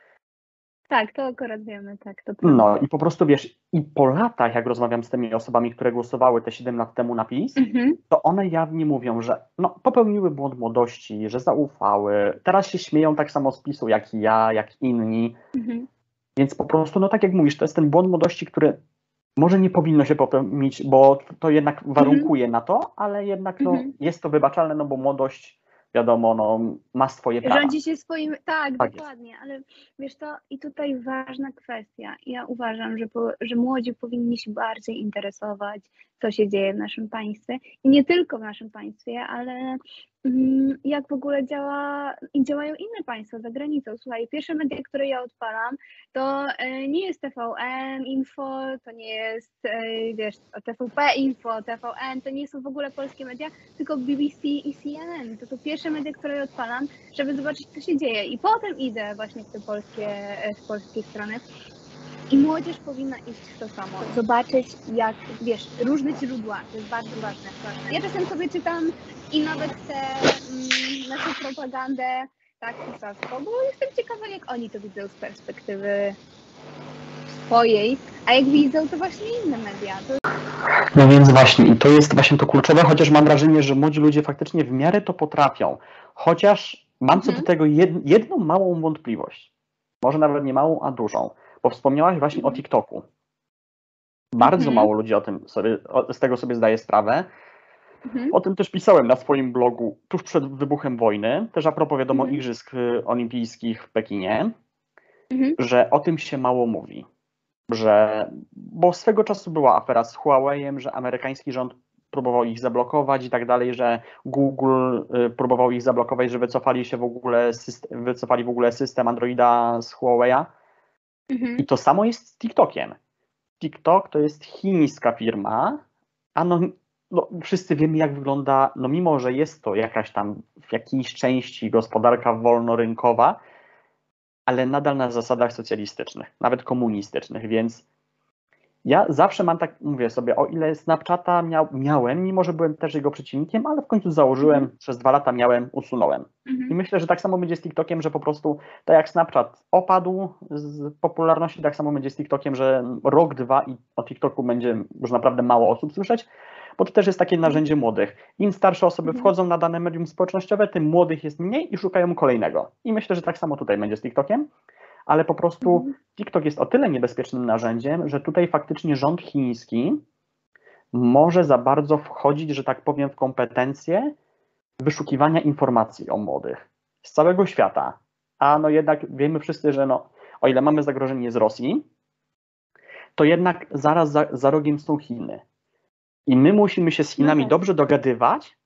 tak, to akurat wiemy, tak, to prawda. No i po prostu wiesz, i po latach, jak rozmawiam z tymi osobami, które głosowały te siedem lat temu na PiS, Mhm. to one jawnie mówią, że no, popełniły błąd młodości, że zaufały. Teraz się śmieją tak samo z PiSu, jak i ja, jak inni. Mhm. Więc po prostu, no tak jak mówisz, to jest ten błąd młodości, który może nie powinno się popełnić, bo to jednak warunkuje na to, ale jednak no, Mhm. jest to wybaczalne, no bo młodość, wiadomo, no, ma swoje prawa. Rządzi się swoim, tak, Tak jest. dokładnie, ale wiesz co, i tutaj ważna kwestia. Ja uważam, że, po, że młodzi powinni się bardziej interesować, co się dzieje w naszym państwie i nie tylko w naszym państwie, ale mm, jak w ogóle działa, działają inne państwa za granicą. Słuchaj, pierwsze media, które ja odpalam, to e, nie jest T V N Info, to nie jest, e, wiesz, T V P Info, T V N, to nie są w ogóle polskie media, tylko B B C i C N N. To są pierwsze media, które ja odpalam, żeby zobaczyć, co się dzieje. I potem idę właśnie w te polskie, w polskie strony. I młodzież powinna iść w to samo. Zobaczyć, jak, wiesz, różne źródła. To jest bardzo ważne. Ja czasem sobie czytam i nawet tę mm, naszą propagandę tak pisowską, bo jestem ciekawa, jak oni to widzą z perspektywy swojej, a jak widzą to właśnie inne media. To... No więc właśnie, i to jest właśnie to kluczowe, chociaż mam wrażenie, że młodzi ludzie faktycznie w miarę to potrafią. Chociaż mam co do Mhm. tego jed, jedną małą wątpliwość. Może nawet nie małą, a dużą. Bo wspomniałaś właśnie o Mhm. TikToku. Bardzo Mhm. mało ludzi o tym sobie, o, z tego sobie zdaje sprawę. Mhm. O tym też pisałem na swoim blogu tuż przed wybuchem wojny, też a propos wiadomo Mhm. Igrzysk y, Olimpijskich w Pekinie, Mhm. że o tym się mało mówi. Że, bo swego czasu była afera z Huawei'em, że amerykański rząd próbował ich zablokować i tak dalej, że Google y, próbował ich zablokować, że wycofali się w ogóle system, wycofali w ogóle system Androida z Huawei'a. Mhm. I to samo jest z TikTokiem. TikTok to jest chińska firma, a no, no, wszyscy wiemy, jak wygląda, no mimo, że jest to jakaś tam w jakiejś części gospodarka wolnorynkowa, ale nadal na zasadach socjalistycznych, nawet komunistycznych, więc ja zawsze mam tak, mówię sobie, o ile Snapchata miał, miałem, mimo że byłem też jego przeciwnikiem, ale w końcu założyłem, Mhm. przez dwa lata miałem, usunąłem. Mhm. I myślę, że tak samo będzie z TikTokiem, że po prostu tak jak Snapchat opadł z popularności, tak samo będzie z TikTokiem, że rok, dwa i o TikToku będzie już naprawdę mało osób słyszeć, bo to też jest takie narzędzie młodych. Im starsze osoby Mhm. wchodzą na dane medium społecznościowe, tym młodych jest mniej i szukają kolejnego. I myślę, że tak samo tutaj będzie z TikTokiem, ale po prostu Mhm. TikTok jest o tyle niebezpiecznym narzędziem, że tutaj faktycznie rząd chiński może za bardzo wchodzić, że tak powiem, w kompetencje wyszukiwania informacji o młodych z całego świata. A no jednak wiemy wszyscy, że no, o ile mamy zagrożenie z Rosji, to jednak zaraz za, za rogiem są Chiny. I my musimy się z No Chinami tak. dobrze dogadywać,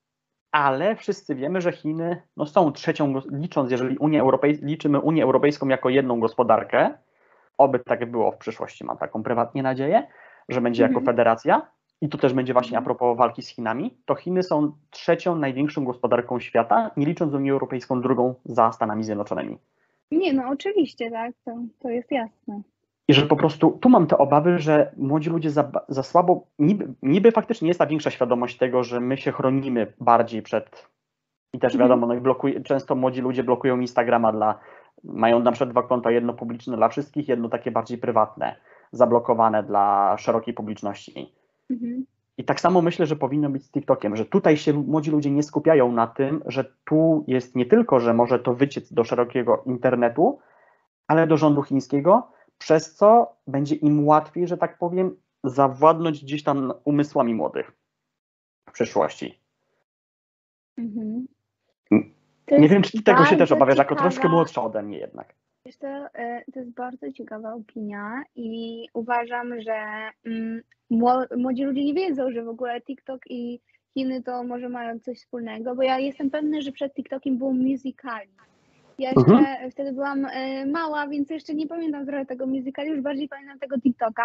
ale wszyscy wiemy, że Chiny no, są trzecią, licząc, jeżeli Unię Europejs- liczymy Unię Europejską jako jedną gospodarkę, oby tak było w przyszłości, mam taką prywatnie nadzieję, że będzie jako Mhm. federacja i to też będzie właśnie a Mhm. propos walki z Chinami, to Chiny są trzecią największą gospodarką świata, nie licząc Unię Europejską drugą za Stanami Zjednoczonymi. Nie, no oczywiście, tak, to, to jest jasne. I że po prostu tu mam te obawy, że młodzi ludzie za, za słabo, niby, niby faktycznie jest ta większa świadomość tego, że my się chronimy bardziej przed, i też Mhm. wiadomo, no i blokuje, często młodzi ludzie blokują Instagrama dla, mają na przykład dwa konta, jedno publiczne dla wszystkich, jedno takie bardziej prywatne, zablokowane dla szerokiej publiczności. Mhm. I tak samo myślę, że powinno być z TikTokiem, że tutaj się młodzi ludzie nie skupiają na tym, że tu jest nie tylko, że może to wyciec do szerokiego internetu, ale do rządu chińskiego, przez co będzie im łatwiej, że tak powiem, zawładnąć gdzieś tam umysłami młodych w przyszłości. Mhm. Nie jest wiem, czy ty tego się też bardzo obawiasz, jako ciekawa- troszkę młodsza ode mnie jednak. Wiesz co, e, to jest bardzo ciekawa opinia i uważam, że mm, mło- młodzi ludzie nie wiedzą, że w ogóle TikTok i Chiny to może mają coś wspólnego, bo ja jestem pewna, że przed TikTokiem było Musical.ly. Ja jeszcze Mhm. wtedy byłam e, mała, więc jeszcze nie pamiętam trochę tego Musical.ly, już bardziej pamiętam tego TikToka.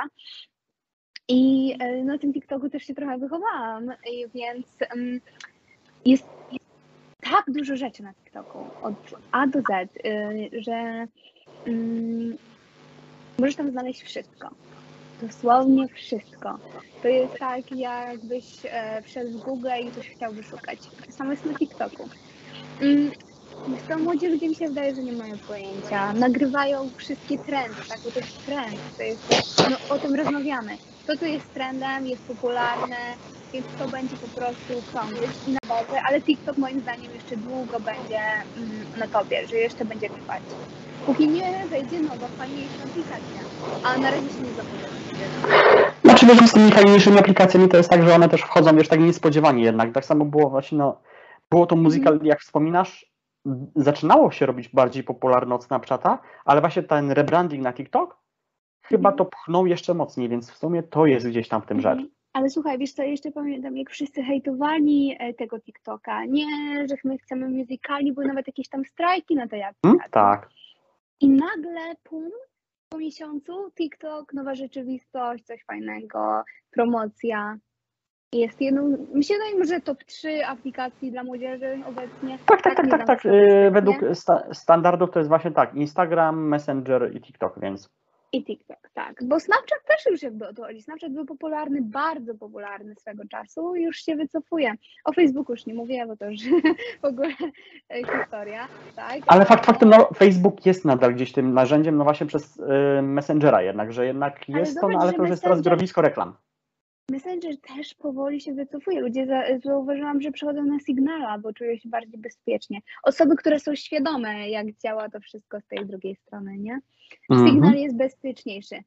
I e, na tym TikToku też się trochę wychowałam, i więc em, jest, jest tak dużo rzeczy na TikToku, od A do Z, y, że mm, możesz tam znaleźć wszystko. Dosłownie wszystko. To jest tak, jakbyś e, wszedł w Google i coś chciał wyszukać. Tak samo jest na TikToku. Mm, Wiesz co, młodzi ludzie mi się wydaje, że nie mają pojęcia. Nagrywają wszystkie trendy, tak? Bo to jest trend. To jest, no, o tym rozmawiamy. To, co jest trendem, jest popularne, więc to będzie po prostu krążyć i na bazę, ale TikTok moim zdaniem jeszcze długo będzie mm, na topie, że jeszcze będzie trwać. Póki nie wejdzie nowa, fajniejsza aplikacja. A na razie się nie zapowiada. Znaczy, wiesz, z tymi fajniejszymi aplikacjami to jest tak, że one też wchodzą, wiesz, tak niespodziewanie jednak. Tak samo było właśnie, no, było to Musical, jak wspominasz, zaczynało się robić bardziej popularne od Snapchata, ale właśnie ten rebranding na TikTok chyba Mhm. to pchnął jeszcze mocniej, więc w sumie to jest gdzieś tam w tym rzecz. Mhm. Ale słuchaj, wiesz co, jeszcze pamiętam, jak wszyscy hejtowali e, tego TikToka. Nie, że my chcemy Musical.ly, były nawet jakieś tam strajki na tej Hmm? aplikacji. Tak. I nagle, pum, po miesiącu TikTok, nowa rzeczywistość, coś fajnego, promocja. Jest jedną, mi się wydaje, że top trzy aplikacji dla młodzieży obecnie. Tak, tak, tak, nie tak, znam tak. statystyk, Yy, nie? według sta- standardów to jest właśnie tak. Instagram, Messenger i TikTok, więc. I TikTok, tak. Bo Snapchat też już jakby odchodzi. Snapchat był popularny, bardzo popularny swego czasu i już się wycofuje. O Facebooku już nie mówię, bo to już w ogóle e, historia, tak? Ale fakt faktem, no, Facebook jest nadal gdzieś tym narzędziem, no właśnie przez yy, Messengera jednak, że jednak Ale jest to, no zobacz, ale że to już jest teraz Messenger, zbiorowisko reklam. Messenger też powoli się wycofuje. Ludzie za, zauważyłam, że przechodzą na Signala, bo czują się bardziej bezpiecznie. Osoby, które są świadome, jak działa to wszystko z tej drugiej strony, nie? Mhm. Signal jest bezpieczniejszy.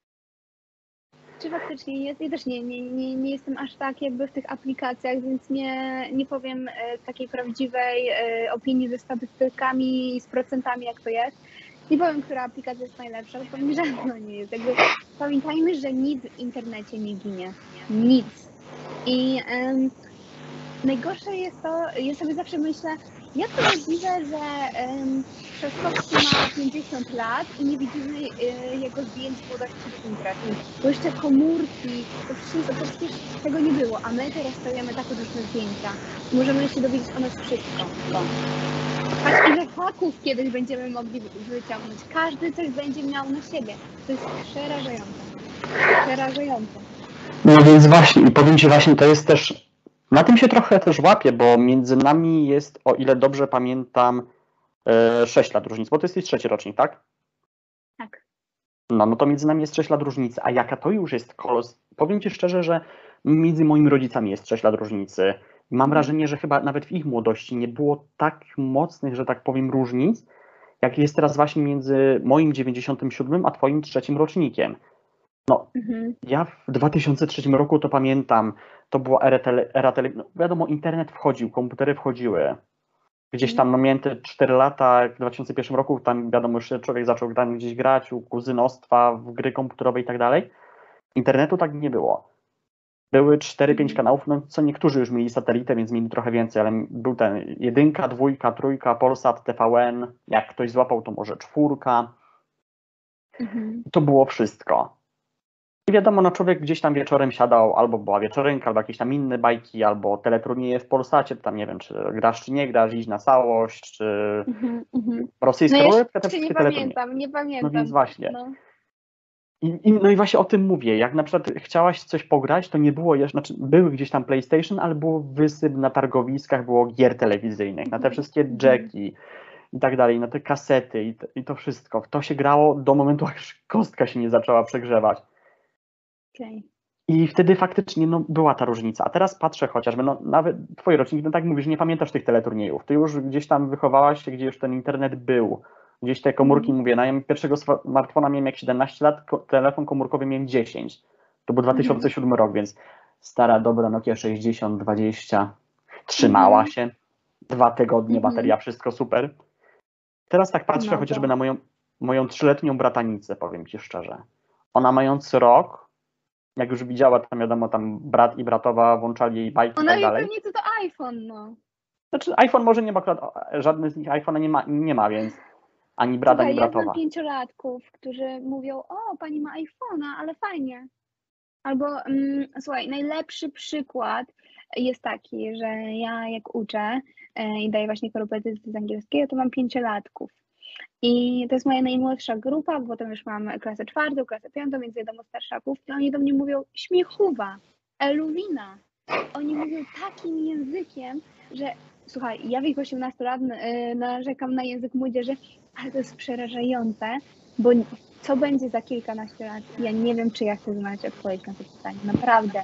Czy faktycznie jest? Ja też nie, nie, nie, nie jestem aż tak jakby w tych aplikacjach, więc nie, nie powiem e, takiej prawdziwej e, opinii ze statystykami i z procentami, jak to jest. Nie powiem, która aplikacja jest najlepsza, bo powiem, że żadna nie jest. Jakby pamiętajmy, że nic w internecie nie ginie. Nic. I em, najgorsze jest to, ja sobie zawsze myślę, jak to możliwe, że um, Trzaskowski ma pięćdziesiąt lat i nie widzimy y, jego zdjęć z młodości w internecie. Bo jeszcze komórki, to przecież, to przecież tego nie było, a my teraz stawiamy takie różne zdjęcia. I możemy się dowiedzieć o nas wszystko. Patrz, ile haków kiedyś będziemy mogli wyciągnąć. Każdy coś będzie miał na siebie. To jest przerażające. Przerażające. No więc właśnie, i powiem Ci właśnie, to jest też, na tym się trochę też łapię, bo między nami jest, o ile dobrze pamiętam, e, sześć lat różnicy, bo to jest trzeci rocznik, tak? Tak. No, no to między nami jest sześć lat różnicy, a jaka to już jest kolos. Powiem Ci szczerze, że między moimi rodzicami jest sześć lat różnicy. Mam wrażenie, że chyba nawet w ich młodości nie było tak mocnych, że tak powiem, różnic, jak jest teraz właśnie między moim dziewięćdziesiątym siódmym a Twoim trzecim rocznikiem. No, Mhm. ja w dwa tysiące trzecim roku to pamiętam, to była era, tele, era tele, no wiadomo, internet wchodził, komputery wchodziły. Gdzieś tam, no miałem te cztery lata, jak w dwa tysiące pierwszym roku, tam wiadomo, już człowiek zaczął tam gdzieś grać, u kuzynostwa, w gry komputerowe i tak dalej. Internetu tak nie było. były cztery pięć Mhm. kanałów, no co niektórzy już mieli satelitę, więc mieli trochę więcej, ale był ten jedynka, dwójka, trójka, Polsat, T V N, jak ktoś złapał, to może czwórka. Mhm. I to było wszystko. I wiadomo, no człowiek gdzieś tam wieczorem siadał, albo była wieczorynka, albo jakieś tam inne bajki, albo teleturnieje w Polsacie, tam nie wiem, czy grasz, czy nie grasz, iść na całość, czy Mhm. Mhm. No rosyjska jeszcze ruletka, te nie wszystkie teleturnieje. pamiętam, nie No pamiętam. więc właśnie. No. I, i, no i właśnie o tym mówię. Jak na przykład chciałaś coś pograć, to nie było jeszcze, znaczy były gdzieś tam PlayStation, ale było wysyp na targowiskach, było gier telewizyjnych, na te wszystkie Mhm. jacki i tak dalej, na te kasety i to, i to wszystko. W to się grało do momentu, aż kostka się nie zaczęła przegrzewać. Okay. I wtedy faktycznie no, była ta różnica. A teraz patrzę chociażby, no nawet twój rocznik, no tak mówisz, nie pamiętasz tych teleturniejów. Ty już gdzieś tam wychowałaś się, gdzie już ten internet był. Gdzieś te komórki, Mhm. mówię, no ja pierwszego smartfona miałem jak siedemnaście lat, ko- telefon komórkowy miałem dziesięć. To był dwa tysiące siódmy rok, więc stara, dobra Nokia sześćdziesiąt dwadzieścia trzymała Mhm. się. Dwa tygodnie, Mhm. bateria, wszystko super. Teraz tak patrzę No chociażby to. na moją, moją trzyletnią bratanicę, powiem ci szczerze. Ona mając rok, jak już widziała, tam wiadomo, tam brat i bratowa włączali jej bajki i No tak i dalej. pewnie to to iPhone, no. Znaczy iPhone może nie ma, akurat żadny z nich iPhone'a nie ma, nie ma, więc ani brat, ani Słuchaj, ja znam bratowa. pięciolatków, którzy mówią, o, pani ma iPhone'a, ale fajnie. Albo, mm, słuchaj, najlepszy przykład jest taki, że ja jak uczę e, i daję właśnie korepetycje z angielskiego, to mam pięciolatków. I to jest moja najmłodsza grupa, bo potem już mam klasę czwartą, klasę piątą, więc wiadomo starszaków. I oni do mnie mówią śmiechuwa, eluwina. Oni mówią takim językiem, że słuchaj, ja w ich osiemnastu lat y, narzekam na język młodzieży, ale to jest przerażające, bo co będzie za kilkanaście lat? Ja nie wiem, czy ja chcę znać odpowiedź na to pytanie. Naprawdę.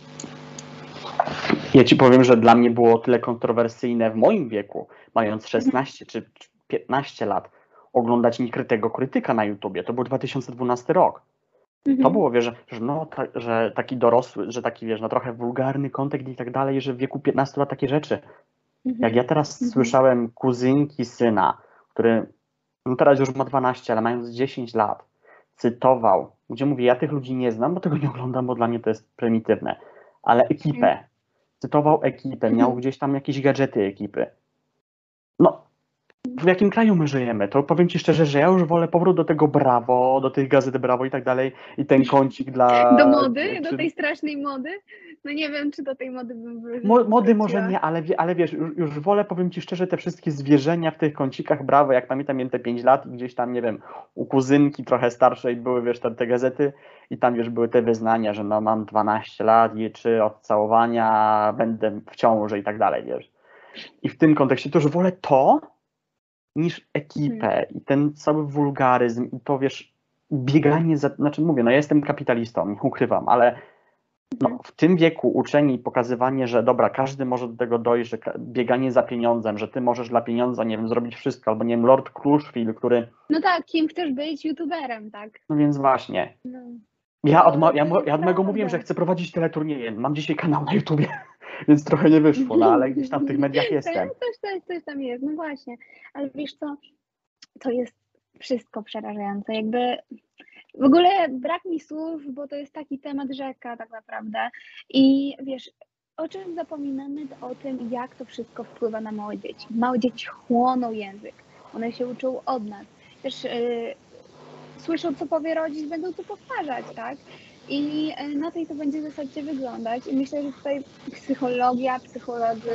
Ja ci powiem, że dla mnie było tyle kontrowersyjne w moim wieku, mając szesnaście czy piętnaście lat, oglądać Niekrytego Krytyka na YouTubie. To był dwa tysiące dwunasty rok. To Mhm. było, wiesz, że, że, no, ta, że taki dorosły, że taki, wiesz, no trochę wulgarny kontekst i tak dalej, że w wieku piętnastu lat takie rzeczy. Mhm. Jak ja teraz Mhm. słyszałem kuzynki syna, który no teraz już ma dwanaście, ale mając dziesięć lat, cytował, gdzie mówi, ja tych ludzi nie znam, bo tego nie oglądam, bo dla mnie to jest prymitywne, ale ekipę, cytował ekipę, miał gdzieś tam jakieś gadżety ekipy. No, w jakim kraju my żyjemy? To powiem ci szczerze, że ja już wolę powrót do tego Brawo, do tych gazet Brawo i tak dalej i ten kącik dla... Do mody? czy, Do tej strasznej mody? No nie wiem, czy do tej mody bym wróciła. Mo, mody może nie, ale, ale wiesz, już, już wolę, powiem ci szczerze, te wszystkie zwierzenia w tych kącikach Brawo, jak pamiętam, miałem te pięć lat i gdzieś tam, nie wiem, u kuzynki trochę starszej były, wiesz, te, te gazety i tam, wiesz, były te wyznania, że no mam dwanaście lat i czy od całowania będę w ciąży i tak dalej, wiesz. I w tym kontekście to już wolę to, niż ekipę Hmm. i ten cały wulgaryzm i to, wiesz, bieganie za, znaczy mówię, no ja jestem kapitalistą, nie ukrywam, ale no, w tym wieku uczenie i pokazywanie, że dobra, każdy może do tego dojść, że bieganie za pieniądzem, że ty możesz dla pieniądza, nie wiem, zrobić wszystko, albo nie wiem, Lord Kruszwil, który... No tak, kim chcesz być? YouTuberem, tak? No więc właśnie. No. Ja od, To, ja, to jest ja od mego mówiłem, że prawda. chcę prowadzić teleturnieje. Mam dzisiaj kanał na YouTubie, więc trochę nie wyszło, no ale gdzieś tam w tych mediach jestem. Coś, coś, coś tam jest, no właśnie. Ale wiesz co, to jest wszystko przerażające. Jakby w ogóle brak mi słów, bo to jest taki temat rzeka tak naprawdę. I wiesz, o czym zapominamy, to o tym, jak to wszystko wpływa na małe dzieci. Małe dzieci chłoną język. One się uczą od nas. Też yy, słyszą, co powie rodzic, będą to powtarzać, tak? I yy, na tej to będzie w zasadzie wyglądać. I myślę, że tutaj psychologia, psycholodzy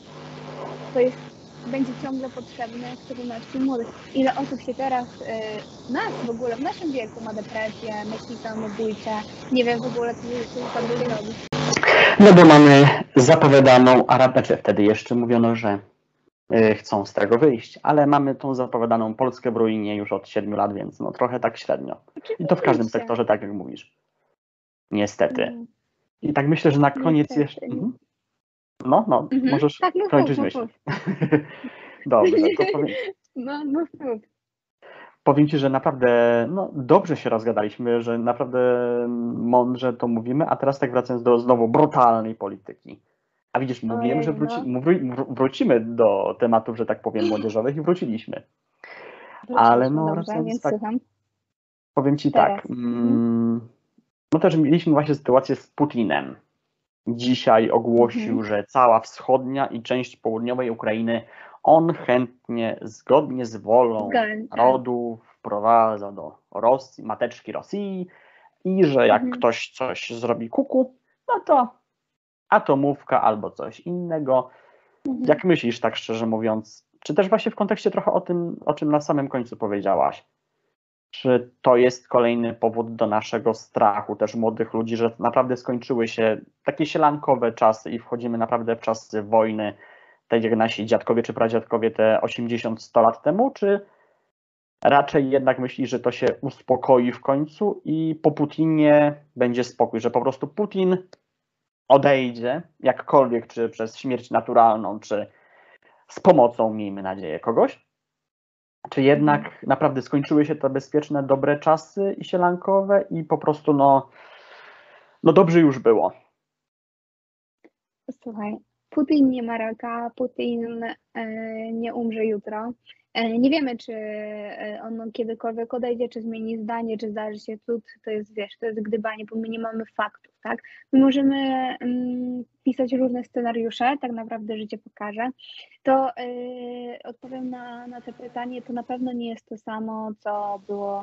to jest, będzie ciągle potrzebne, który naszych młodych. Ile osób się teraz, y, nas w ogóle, w naszym wieku ma depresję, myśli samobójcze, nie wiem w ogóle, co, co tam będzie robić. No bo mamy zapowiadaną Arabekę, wtedy jeszcze mówiono, że y, chcą z tego wyjść, ale mamy tą zapowiadaną Polskę w ruinie już od siedmiu lat, więc no trochę tak średnio. Oczywiście. I to w każdym sektorze, tak jak mówisz. Niestety. No, I tak myślę, że na koniec niestety. jeszcze... Mhm. No, no, Mhm. możesz Tak, mów, kończyć mów, myśl. mów. Dobrze, to powiem, No, mów, mów. powiem ci, że naprawdę no, dobrze się rozgadaliśmy, że naprawdę mądrze to mówimy, a teraz tak wracając do znowu brutalnej polityki. A widzisz, mówiłem, Ojej, że wróci, no. wró- wrócimy do tematów, że tak powiem, młodzieżowych i wróciliśmy. Wróciliśmy, Ale no, dobrze, wracając więc tak, słucham. powiem ci Teraz. tak, mm, no też mieliśmy właśnie sytuację z Putinem. dzisiaj ogłosił, Mhm. że cała wschodnia i część południowej Ukrainy on chętnie, zgodnie z wolą Zgadza, tak. narodu wprowadza do Rosji, mateczki Rosji i że jak Mhm. ktoś coś zrobi kuku, no to atomówka albo coś innego. Mhm. Jak myślisz, tak szczerze mówiąc, czy też właśnie w kontekście trochę o tym, o czym na samym końcu powiedziałaś, czy to jest kolejny powód do naszego strachu też młodych ludzi, że naprawdę skończyły się takie sielankowe czasy i wchodzimy naprawdę w czasy wojny, tak jak nasi dziadkowie czy pradziadkowie te osiemdziesiąt sto lat temu, czy raczej jednak myślisz, że to się uspokoi w końcu i po Putinie będzie spokój, że po prostu Putin odejdzie, jakkolwiek, czy przez śmierć naturalną, czy z pomocą, miejmy nadzieję, kogoś? Czy jednak Mhm. naprawdę skończyły się te bezpieczne, dobre czasy i sielankowe i po prostu no, no dobrze już było? Słuchaj, Putin nie ma raka, Putin e, nie umrze jutro. E, nie wiemy, czy e, on kiedykolwiek odejdzie, czy zmieni zdanie, czy zdarzy się cud. To jest, wiesz, to jest gdybanie, bo my nie mamy faktów, tak? My możemy mm, pisać różne scenariusze, tak naprawdę życie pokaże. To e, odpowiem na, na to pytanie, to na pewno nie jest to samo, co było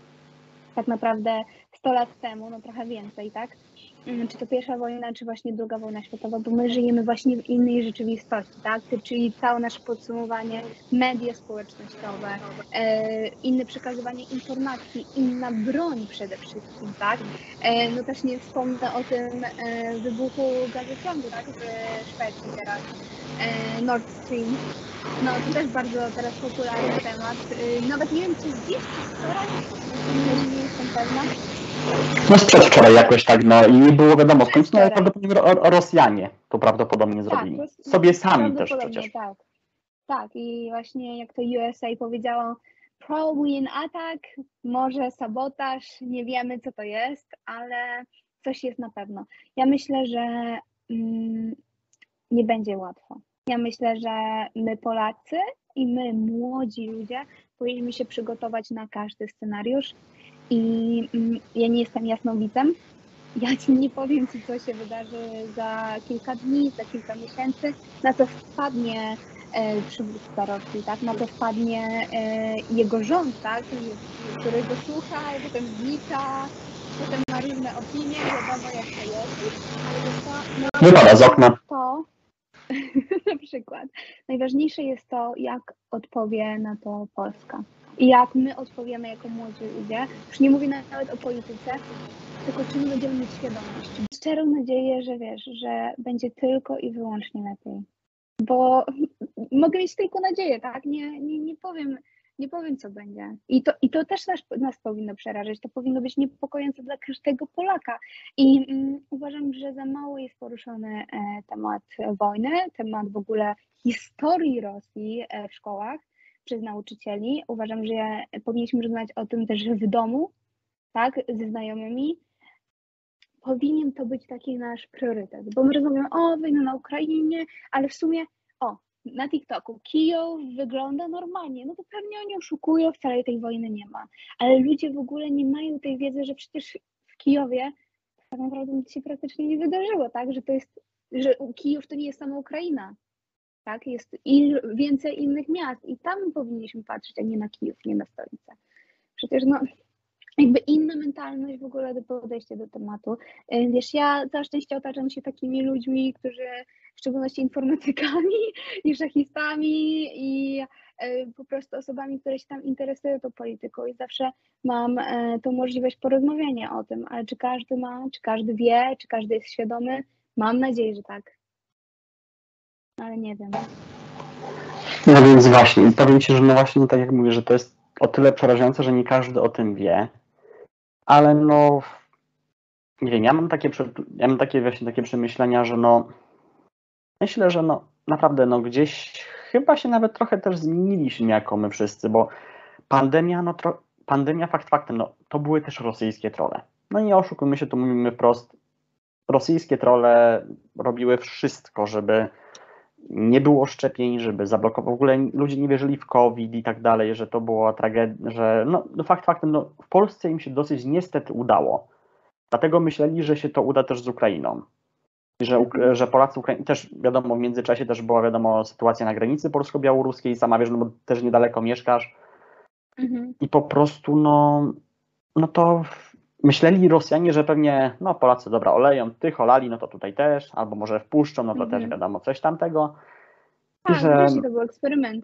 tak naprawdę sto lat temu, no trochę więcej, tak? Czy to pierwsza wojna, czy właśnie druga wojna światowa, bo my żyjemy właśnie w innej rzeczywistości, tak? Czyli całe nasze podsumowanie, media społecznościowe, e, inne przekazywanie informacji, inna broń przede wszystkim, tak? E, no też nie wspomnę o tym e, wybuchu gazociągu, tak? W Szwecji teraz, e, Nord Stream. No to też bardzo teraz popularny temat. E, nawet nie wiem, czy dziś, czy wczoraj, nie jestem pewna. No z przedwczoraj jakoś tak, no i nie było wiadomo skąd, no ale prawdopodobnie ro, Rosjanie to prawdopodobnie zrobili. Tak, Sobie sami też prawdopodobnie przecież. tak. Tak, i właśnie jak to U S A powiedziało, probably an attack, może sabotaż, nie wiemy co to jest, ale coś jest na pewno. Ja myślę, że mm, nie będzie łatwo. Ja myślę, że my Polacy i my młodzi ludzie powinniśmy się przygotować na każdy scenariusz i mm, ja nie jestem jasnowidzem. Ja ci nie powiem ci, co się wydarzy za kilka dni, za kilka miesięcy, na co wpadnie e, przywódca Rosji, tak? Na to wpadnie e, jego rząd, tak? Którego słucha, a potem znika, potem ma różne opinie, wiadomo jak to jest. Ale wiesz co, Wypada z okna. to, na przykład, najważniejsze jest to, jak odpowie na to Polska. I jak my odpowiemy jako młodzi ludzie, już nie mówię nawet o polityce, tylko czy my będziemy mieć świadomość. Szczerą nadzieję, że wiesz, że będzie tylko i wyłącznie lepiej. Bo mogę mieć tylko nadzieję, tak? Nie, nie, nie powiem, nie powiem, co będzie. I to, i to też nas, nas powinno przerażać. To powinno być niepokojące dla każdego Polaka. I mm, uważam, że za mało jest poruszony e, temat wojny, temat w ogóle historii Rosji e, w szkołach przez nauczycieli. Uważam, że powinniśmy rozmawiać o tym też w domu, tak, ze znajomymi. Powinien to być taki nasz priorytet, bo my rozmawiamy o wojnie na Ukrainie, ale w sumie o, na TikToku Kijów wygląda normalnie, no to pewnie oni oszukują, wcale tej wojny nie ma, ale ludzie w ogóle nie mają tej wiedzy, że przecież w Kijowie tak naprawdę nic się praktycznie nie wydarzyło, tak, że to jest, że Kijów to nie jest sama Ukraina, tak, jest il, więcej innych miast i tam powinniśmy patrzeć, a nie na Kijów, nie na stolicę. Przecież no jakby inna mentalność w ogóle do podejścia do tematu. Wiesz, ja całe szczęście otaczam się takimi ludźmi, którzy w szczególności informatykami i szachistami i po prostu osobami, które się tam interesują tą polityką i zawsze mam tą możliwość porozmawiania o tym, ale czy każdy ma, czy każdy wie, czy każdy jest świadomy? Mam nadzieję, że tak. Ale nie wiem. No więc właśnie, powiem Ci, że no właśnie tak jak mówię, że to jest o tyle przerażające, że nie każdy o tym wie, ale no nie wiem, ja mam takie, ja mam takie właśnie takie przemyślenia, że no myślę, że no naprawdę no gdzieś chyba się nawet trochę też zmieniliśmy jako my wszyscy, bo pandemia, no tro, pandemia fakt faktem, no to były też rosyjskie trolle. No nie oszukujmy się, to mówimy wprost, rosyjskie trolle robiły wszystko, żeby nie było szczepień, żeby zablokować, w ogóle ludzie nie wierzyli w COVID i tak dalej, że to była tragedia, że no, no fakt faktem, no w Polsce im się dosyć niestety udało. Dlatego myśleli, że się to uda też z Ukrainą. że, Uk- że Polacy, Ukra- też wiadomo, w międzyczasie też była wiadomo sytuacja na granicy polsko-białoruskiej, sama wiesz, no bo też niedaleko mieszkasz Mhm. i po prostu no, no to myśleli Rosjanie, że pewnie no Polacy dobra oleją, tych olali, no to tutaj też, albo może wpuszczą, no to też Mhm. wiadomo coś tamtego i Tak, że wreszcie to był eksperyment.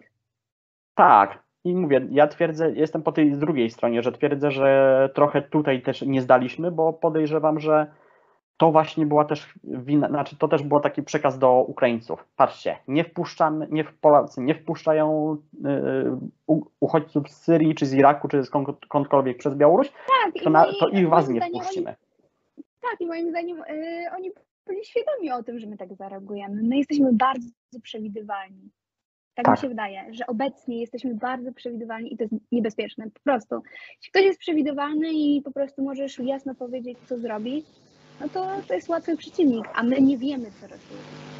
tak. I mówię, ja twierdzę, jestem po tej drugiej stronie, że twierdzę, że trochę tutaj też nie zdaliśmy, bo podejrzewam, że to właśnie była też wina, znaczy to też był taki przekaz do Ukraińców. Patrzcie, nie wpuszczamy, nie w Polacy nie wpuszczają y, u- uchodźców z Syrii, czy z Iraku, czy skądkolwiek przez Białoruś, Tak, to, i na, moi, to ich was moim nie zdaniem oni, wpuścimy. tak, i moim zdaniem y, oni byli świadomi o tym, że my tak zareagujemy. My jesteśmy bardzo przewidywalni. Tak mi Tak. się wydaje, że obecnie jesteśmy bardzo przewidywalni i to jest niebezpieczne. Po prostu, jeśli ktoś jest przewidywalny i po prostu możesz jasno powiedzieć, co zrobić, no to to jest łatwy przeciwnik, a my nie wiemy, co robić.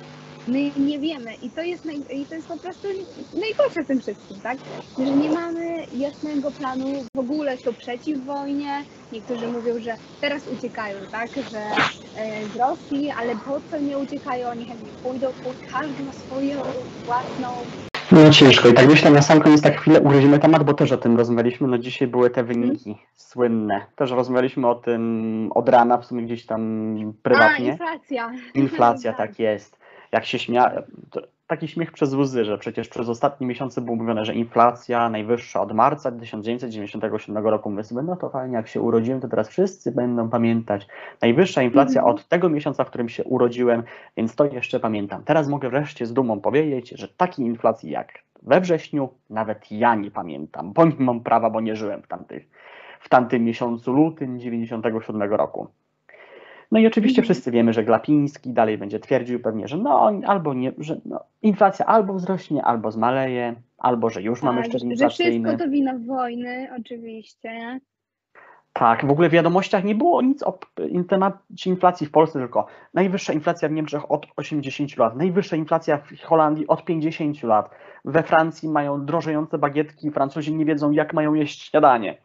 My nie wiemy i to jest, naj, i to jest po prostu najgorsze w tym wszystkim, tak? Że nie mamy jasnego planu, w ogóle są przeciw wojnie. Niektórzy mówią, że teraz uciekają, tak? Że e, z Rosji, ale po co nie uciekają? Oni chętnie pójdą, bo każdy ma swoją własną. No ciężko. I tak myślę, na sam koniec tak chwilę ugryzimy temat, bo też o tym rozmawialiśmy. No dzisiaj były te wyniki hmm. słynne. Też rozmawialiśmy o tym od rana, w sumie gdzieś tam prywatnie. A, inflacja. Inflacja, tak. tak jest. Jak się śmia... Taki śmiech przez łzy, że przecież przez ostatnie miesiące było mówione, że inflacja najwyższa od marca tysiąc dziewięćset dziewięćdziesiątego siódmego roku. My sobie, no to fajnie, jak się urodziłem, to teraz wszyscy będą pamiętać. Najwyższa inflacja Mhm. od tego miesiąca, w którym się urodziłem, więc to jeszcze pamiętam. Teraz mogę wreszcie z dumą powiedzieć, że takiej inflacji jak we wrześniu nawet ja nie pamiętam, bo nie mam prawa, bo nie żyłem w, tamtych, w tamtym miesiącu lutym dziewięćdziesiątego siódmego roku. No i oczywiście Mhm. wszyscy wiemy, że Glapiński dalej będzie twierdził pewnie, że no albo nie, że no, inflacja albo wzrośnie, albo zmaleje, albo że już mamy Tak, szczyt że inflacyjny. wszystko to wina wojny, oczywiście. Tak, w ogóle w wiadomościach nie było nic o temacie inflacji w Polsce, tylko najwyższa inflacja w Niemczech od osiemdziesięciu lat, najwyższa inflacja w Holandii od pięćdziesięciu lat. We Francji mają drożejące bagietki, Francuzi nie wiedzą, jak mają jeść śniadanie.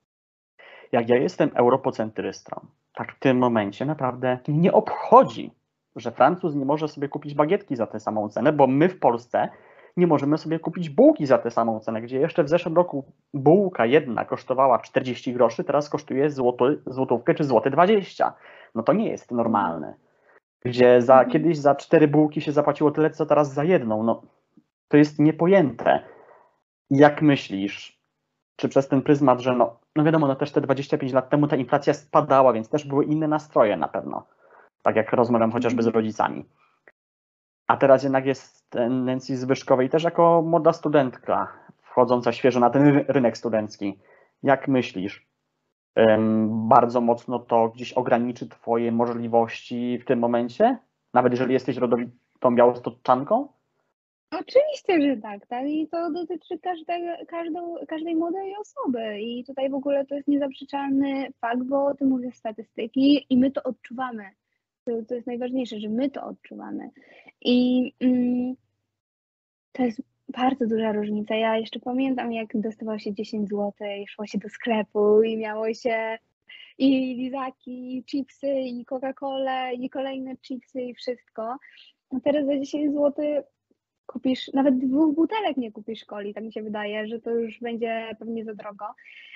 Jak ja jestem europocentrystą, tak w tym momencie naprawdę nie obchodzi, że Francuz nie może sobie kupić bagietki za tę samą cenę, bo my w Polsce nie możemy sobie kupić bułki za tę samą cenę, gdzie jeszcze w zeszłym roku bułka jedna kosztowała czterdzieści groszy, teraz kosztuje złoty, złotówkę czy złoty dwadzieścia. No to nie jest normalne. Gdzie za, Mhm. kiedyś za cztery bułki się zapłaciło tyle, co teraz za jedną. No, to jest niepojęte. Jak myślisz, czy przez ten pryzmat, że no, no wiadomo, no też te dwadzieścia pięć lat temu ta inflacja spadała, więc też były inne nastroje na pewno. Tak jak rozmawiam chociażby z rodzicami. A teraz jednak jest tendencji zwyżkowej, też jako młoda studentka, wchodząca świeżo na ten rynek studencki. Jak myślisz? Um, bardzo mocno to gdzieś ograniczy twoje możliwości w tym momencie? Nawet jeżeli jesteś rodowitą białostoczanką? Oczywiście, że tak, tak. I to dotyczy każdego, każdą, każdej młodej osoby. I tutaj w ogóle to jest niezaprzeczalny fakt, bo o tym mówią statystyki i my to odczuwamy. To, to jest najważniejsze, że my to odczuwamy. I mm, to jest bardzo duża różnica. Ja jeszcze pamiętam, jak dostawało się dziesięć złotych i szło się do sklepu i miało się i lizaki, i chipsy, i Coca-Colę, i kolejne chipsy i wszystko. A teraz za dziesięć złotych kupisz, nawet dwóch butelek nie kupisz coli, tak mi się wydaje, że to już będzie pewnie za drogo.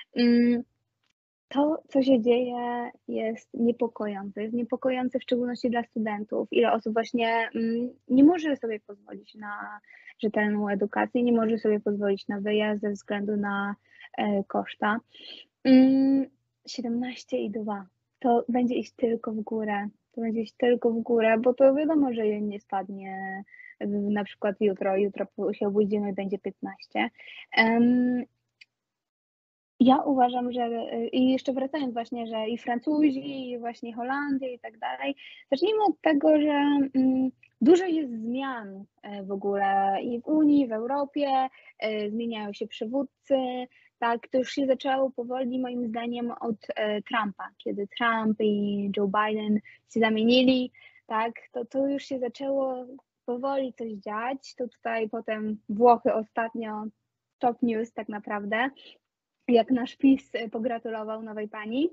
To, co się dzieje, jest niepokojące. Jest niepokojące w szczególności dla studentów. Ile osób właśnie nie może sobie pozwolić na rzetelną edukację, nie może sobie pozwolić na wyjazd ze względu na koszta. siedemnaście i dwa. To będzie iść tylko w górę. To będzie iść tylko w górę, bo to wiadomo, że nie spadnie na przykład jutro, jutro się obudzimy i będzie piętnaście. Um, ja uważam, że i jeszcze wracając właśnie, że i Francuzi, i właśnie Holandia i tak dalej, zacznijmy od tego, że um, dużo jest zmian w ogóle i w Unii, w Europie, e, zmieniają się przywódcy, tak, to już się zaczęło powoli moim zdaniem od e, Trumpa, kiedy Trump i Joe Biden się zamienili, tak, to, to już się zaczęło powoli coś dziać, to tutaj potem Włochy ostatnio, top news tak naprawdę, jak nasz PiS pogratulował nowej pani.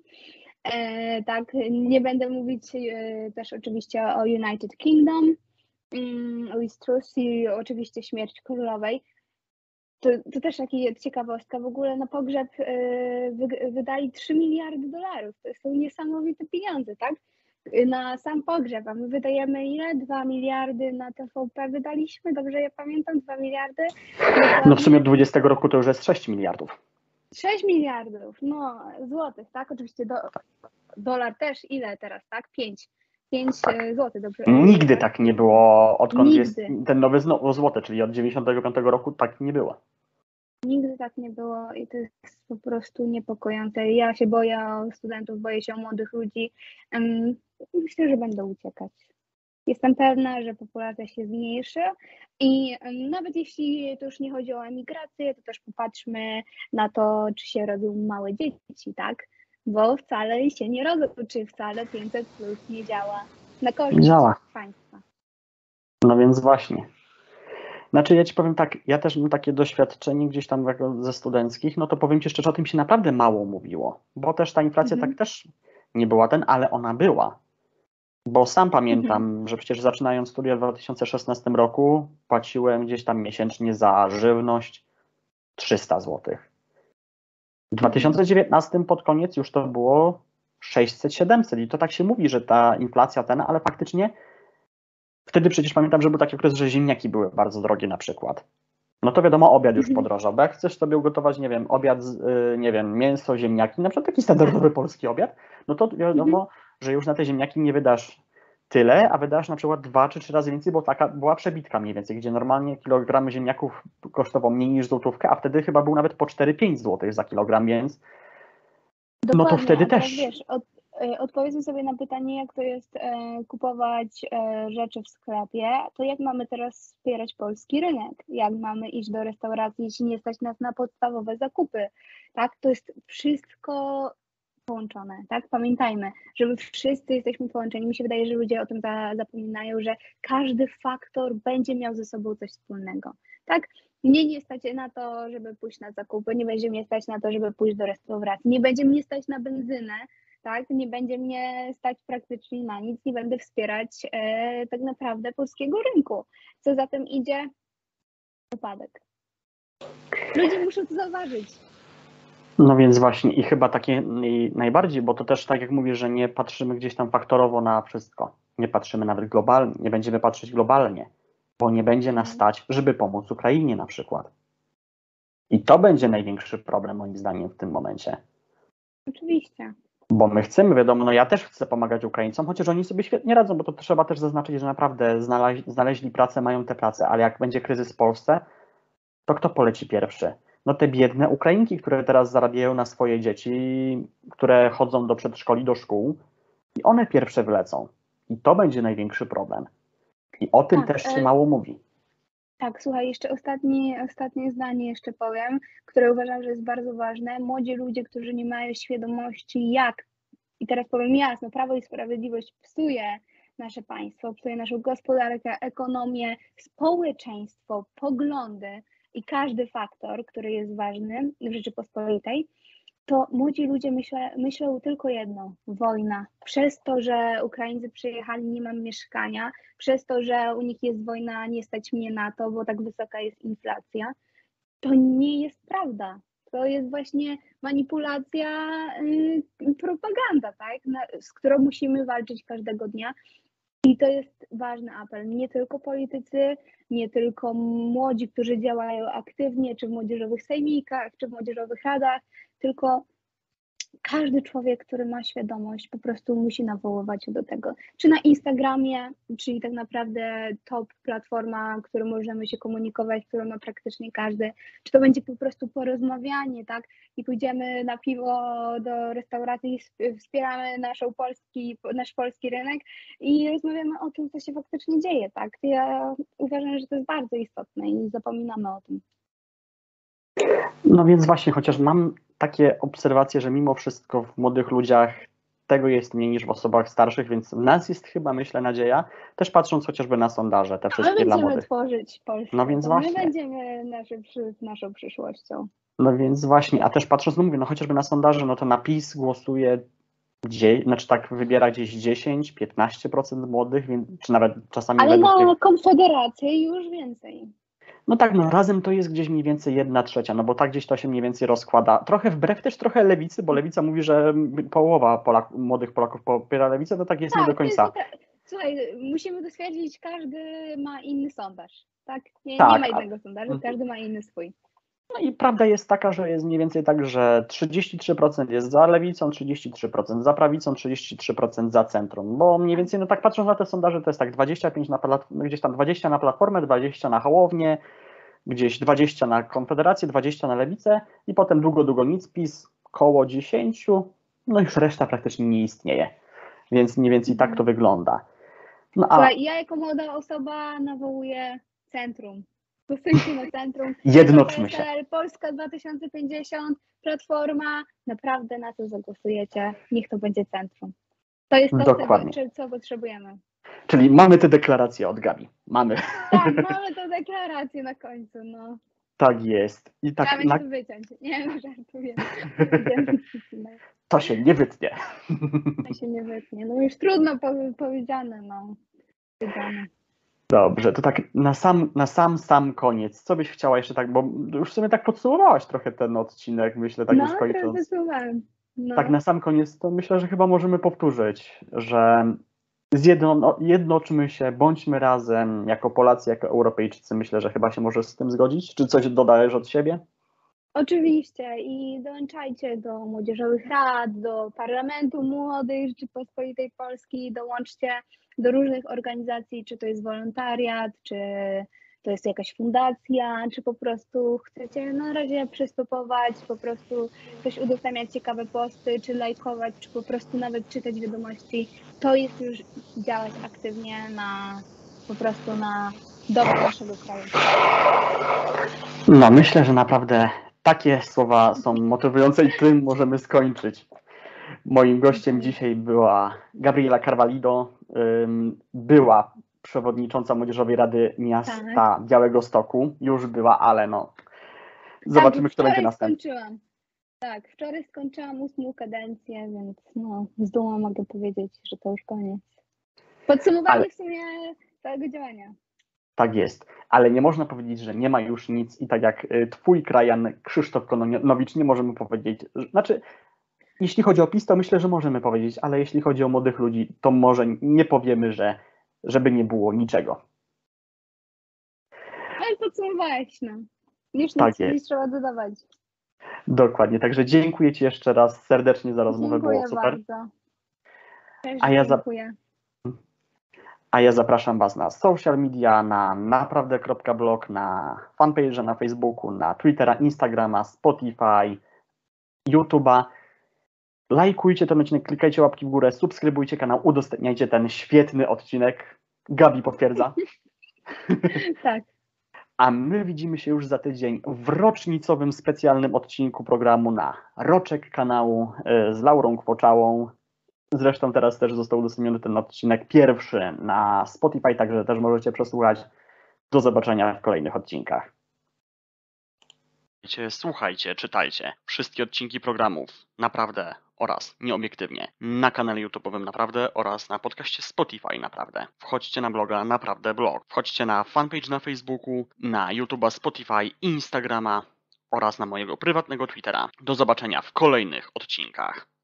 E, tak, nie będę mówić e, też oczywiście o United Kingdom, mm, Liz Truss i oczywiście śmierć królowej. To, to też taka ciekawostka. W ogóle na pogrzeb e, wy, wydali trzy miliardy dolarów. To są niesamowite pieniądze, tak? Na sam pogrzeb, a my wydajemy ile? dwa miliardy na T V P wydaliśmy, dobrze ja pamiętam, dwa miliardy? Dokładnie. No w sumie od dwudziestego roku to już jest sześć miliardów. sześć miliardów, no, złotych, tak? Oczywiście do, dolar też ile teraz, tak? pięć. pięć Tak. złotych, dobrze. Nigdy tak nie było, odkąd Nigdy. jest ten nowy zno- złoty, czyli od dziewięćdziesiątego piątego roku tak nie było. Nigdy tak nie było i to jest po prostu niepokojące. Ja się boję o studentów, boję się o młodych ludzi. Um, myślę, że będą uciekać. Jestem pewna, że populacja się zmniejszy i um, nawet jeśli to już nie chodzi o emigrację, to też popatrzmy na to, czy się rodzą małe dzieci, tak? Bo wcale się nie rodzą, czy wcale pięćset plus nie działa na korzyść Działa. państwa. No więc właśnie. Znaczy ja ci powiem tak, ja też mam takie doświadczenie gdzieś tam ze studenckich, no to powiem ci szczerze, o tym się naprawdę mało mówiło, bo też ta inflacja Mhm. tak też nie była ten, ale ona była. Bo sam pamiętam, Mhm. że przecież zaczynając studia w dwa tysiące szesnastym roku płaciłem gdzieś tam miesięcznie za żywność trzysta złotych. W dwa tysiące dziewiętnastym pod koniec już to było sześćset siedemset i to tak się mówi, że ta inflacja ten, ale faktycznie wtedy przecież pamiętam, że był taki okres, że ziemniaki były bardzo drogie na przykład. No to wiadomo, obiad już Mhm. podrożał, bo jak chcesz sobie ugotować, nie wiem, obiad, z, nie wiem, mięso, ziemniaki, na przykład taki standardowy polski obiad, no to wiadomo, Mhm. że już na te ziemniaki nie wydasz tyle, a wydasz na przykład dwa czy trzy razy więcej, bo taka była przebitka mniej więcej, gdzie normalnie kilogram ziemniaków kosztował mniej niż złotówkę, a wtedy chyba był nawet po cztery pięć złotych za kilogram, więc Dokładnie, no to wtedy a teraz też. wiesz, od, y, odpowiedzmy sobie na pytanie, jak to jest e, kupować e, rzeczy w sklepie, to jak mamy teraz wspierać polski rynek? Jak mamy iść do restauracji, jeśli nie stać nas na podstawowe zakupy? Tak, to jest wszystko połączone, tak? Pamiętajmy, że my wszyscy jesteśmy połączeni. Mi się wydaje, że ludzie o tym za, zapominają, że każdy faktor będzie miał ze sobą coś wspólnego, tak? Mnie nie stać na to, żeby pójść na zakupy, nie będzie mnie stać na to, żeby pójść do restauracji, nie będzie mnie stać na benzynę, tak? Nie będzie mnie stać praktycznie na nic, nie będę wspierać e, tak naprawdę polskiego rynku. Co za tym idzie? Upadek. Ludzie muszą to zauważyć. No więc właśnie i chyba takie i najbardziej, bo to też tak jak mówisz, że nie patrzymy gdzieś tam faktorowo na wszystko. Nie patrzymy nawet globalnie, nie będziemy patrzeć globalnie, bo nie będzie nas stać, żeby pomóc Ukrainie na przykład. I to będzie największy problem moim zdaniem w tym momencie. Oczywiście. Bo my chcemy, wiadomo, no ja też chcę pomagać Ukraińcom, chociaż oni sobie świetnie radzą, bo to trzeba też zaznaczyć, że naprawdę znaleźli, znaleźli pracę, mają tę pracę, ale jak będzie kryzys w Polsce, to kto poleci pierwszy? No te biedne Ukrainki, które teraz zarabiają na swoje dzieci, które chodzą do przedszkoli, do szkół i one pierwsze wlecą. I to będzie największy problem. I o tym Tak, też się e- mało mówi. Tak, słuchaj, jeszcze ostatnie, ostatnie zdanie jeszcze powiem, które uważam, że jest bardzo ważne. Młodzi ludzie, którzy nie mają świadomości jak, i teraz powiem jasno, Prawo i Sprawiedliwość psuje nasze państwo, psuje naszą gospodarkę, ekonomię, społeczeństwo, poglądy i każdy faktor, który jest ważny w Rzeczypospolitej, to młodzi ludzie myślę, myślą tylko jedno, wojna. Przez to, że Ukraińcy przyjechali, nie mam mieszkania, przez to, że u nich jest wojna, nie stać mnie na to, bo tak wysoka jest inflacja, to nie jest prawda. To jest właśnie manipulacja, yy, propaganda, tak? Na, z którą musimy walczyć każdego dnia. I to jest ważny apel. Nie tylko politycy, nie tylko młodzi, którzy działają aktywnie, czy w młodzieżowych sejmikach, czy w młodzieżowych radach, tylko każdy człowiek, który ma świadomość, po prostu musi nawoływać się do tego. Czy na Instagramie, czyli tak naprawdę top platforma, którą możemy się komunikować, którą ma praktycznie każdy, czy to będzie po prostu porozmawianie, tak? I pójdziemy na piwo do restauracji, wspieramy naszą polski, nasz polski rynek i rozmawiamy o tym, co się faktycznie dzieje, tak? Ja uważam, że to jest bardzo istotne i zapominamy o tym. No więc właśnie, chociaż mam takie obserwacje, że mimo wszystko w młodych ludziach tego jest mniej niż w osobach starszych, więc w nas jest chyba, myślę, nadzieja, też patrząc chociażby na sondaże, te My wszystkie dla będziemy młodych. tworzyć Polskę, No więc to my właśnie. będziemy nasze, przy- naszą przyszłością. No więc właśnie, a też patrząc, no mówię, no chociażby na sondaże, no to na PiS głosuje, dzie- znaczy tak wybiera gdzieś dziesięć do piętnastu procent młodych, więc, czy nawet czasami Ale według tych, na Konfederację już więcej. no tak, no razem to jest gdzieś mniej więcej jedna trzecia, no bo tak gdzieś to się mniej więcej rozkłada. Trochę wbrew też trochę lewicy, bo lewica mówi, że połowa Polak, młodych Polaków popiera lewicę, to tak jest nie do Tak, to jest końca. taka, słuchaj, musimy to stwierdzić, każdy ma inny sondaż, tak? Nie, Tak, nie ma a- jednego sondażu, każdy ma inny swój. No i prawda jest taka, że jest mniej więcej tak, że trzydzieści trzy procent jest za lewicą, trzydzieści trzy procent za prawicą, trzydzieści trzy procent za centrum, bo mniej więcej, no tak patrząc na te sondaże, to jest tak dwadzieścia pięć na plat- gdzieś tam dwadzieścia na Platformę, dwadzieścia na Hołownię, gdzieś dwadzieścia na Konfederację, dwadzieścia na Lewicę i potem długo, długo nic, PiS koło dziesięć, no już reszta praktycznie nie istnieje, więc mniej więcej tak to wygląda. No a Słuchaj, ja jako młoda osoba nawołuję centrum. Głosujcie na centrum. jednoczmy się. P S L, Polska dwa tysiące pięćdziesiąt, Platforma, naprawdę na to zagłosujecie. Niech to będzie centrum. To jest to, Dokładnie. czego, co potrzebujemy. Czyli mamy te deklaracje od Gabi. Mamy. Tak, mamy tę deklarację na końcu, no. Tak jest. I tak Trzeba na... się wyciąć. Nie wiem, żartuję. to się nie wytnie. To się nie wytnie. No już trudno powie- powiedziane, no. Powiedziane. Dobrze, to tak na sam, na sam, sam koniec. Co byś chciała jeszcze tak, bo już w sumie tak podsumowałaś trochę ten odcinek, myślę, tak No, już trochę kończąc. wysłuchałem. No. Tak na sam koniec, to myślę, że chyba możemy powtórzyć, że zjedno, no, jednoczmy się, bądźmy razem jako Polacy, jako Europejczycy. Myślę, że chyba się możesz z tym zgodzić. Czy coś dodajesz od siebie? Oczywiście i dołączajcie do młodzieżowych rad, do Parlamentu Młodych Rzeczypospolitej Polskiej, dołączcie do różnych organizacji, czy to jest wolontariat, czy to jest jakaś fundacja, czy po prostu chcecie na razie przystopować, po prostu coś udostępniać ciekawe posty, czy lajkować, czy po prostu nawet czytać wiadomości. To jest już działać aktywnie na po prostu na dobro naszego kraju. No, myślę, że naprawdę takie słowa są motywujące i tym możemy skończyć. Moim gościem dzisiaj była Gabriela Carvalho, ym, była przewodnicząca Młodzieżowej Rady Miasta Tak. Białegostoku. Już była, ale no zobaczymy, tak, kto będzie wczoraj następny. skończyłam. Tak, wczoraj skończyłam ósmą kadencję, więc no, z dumą mogę powiedzieć, że to już koniec. Podsumowanie Ale- w sumie całego działania. Tak jest, ale nie można powiedzieć, że nie ma już nic i tak jak y, twój krajan Krzysztof Kononowicz nie możemy powiedzieć, że- znaczy jeśli chodzi o PiS, to myślę, że możemy powiedzieć, ale jeśli chodzi o młodych ludzi, to może nie powiemy, że żeby nie było niczego. Ale podsumowałeś, no. Już Tak nic nie jest. trzeba dodawać. Dokładnie, także dziękuję Ci jeszcze raz serdecznie za rozmowę, Dziękuję było super. bardzo. Też A ja za- dziękuję. A ja zapraszam Was na social media, na naprawdę.blog, na fanpage na Facebooku, na Twittera, Instagrama, Spotify, YouTube'a. Lajkujcie ten odcinek, klikajcie łapki w górę, subskrybujcie kanał, udostępniajcie ten świetny odcinek. Gabi potwierdza. Tak. A my widzimy się już za tydzień w rocznicowym specjalnym odcinku programu na roczek kanału y, z Laurą Kwoczałą. Zresztą teraz też został udostępniony ten odcinek pierwszy na Spotify, także też możecie przesłuchać. Do zobaczenia w kolejnych odcinkach. Słuchajcie, czytajcie wszystkie odcinki programów Naprawdę oraz Nieobiektywnie na kanale YouTube'owym Naprawdę oraz na podcaście Spotify Naprawdę. Wchodźcie na bloga Naprawdę Blog. Wchodźcie na fanpage na Facebooku, na YouTube'a, Spotify, Instagrama oraz na mojego prywatnego Twittera. Do zobaczenia w kolejnych odcinkach.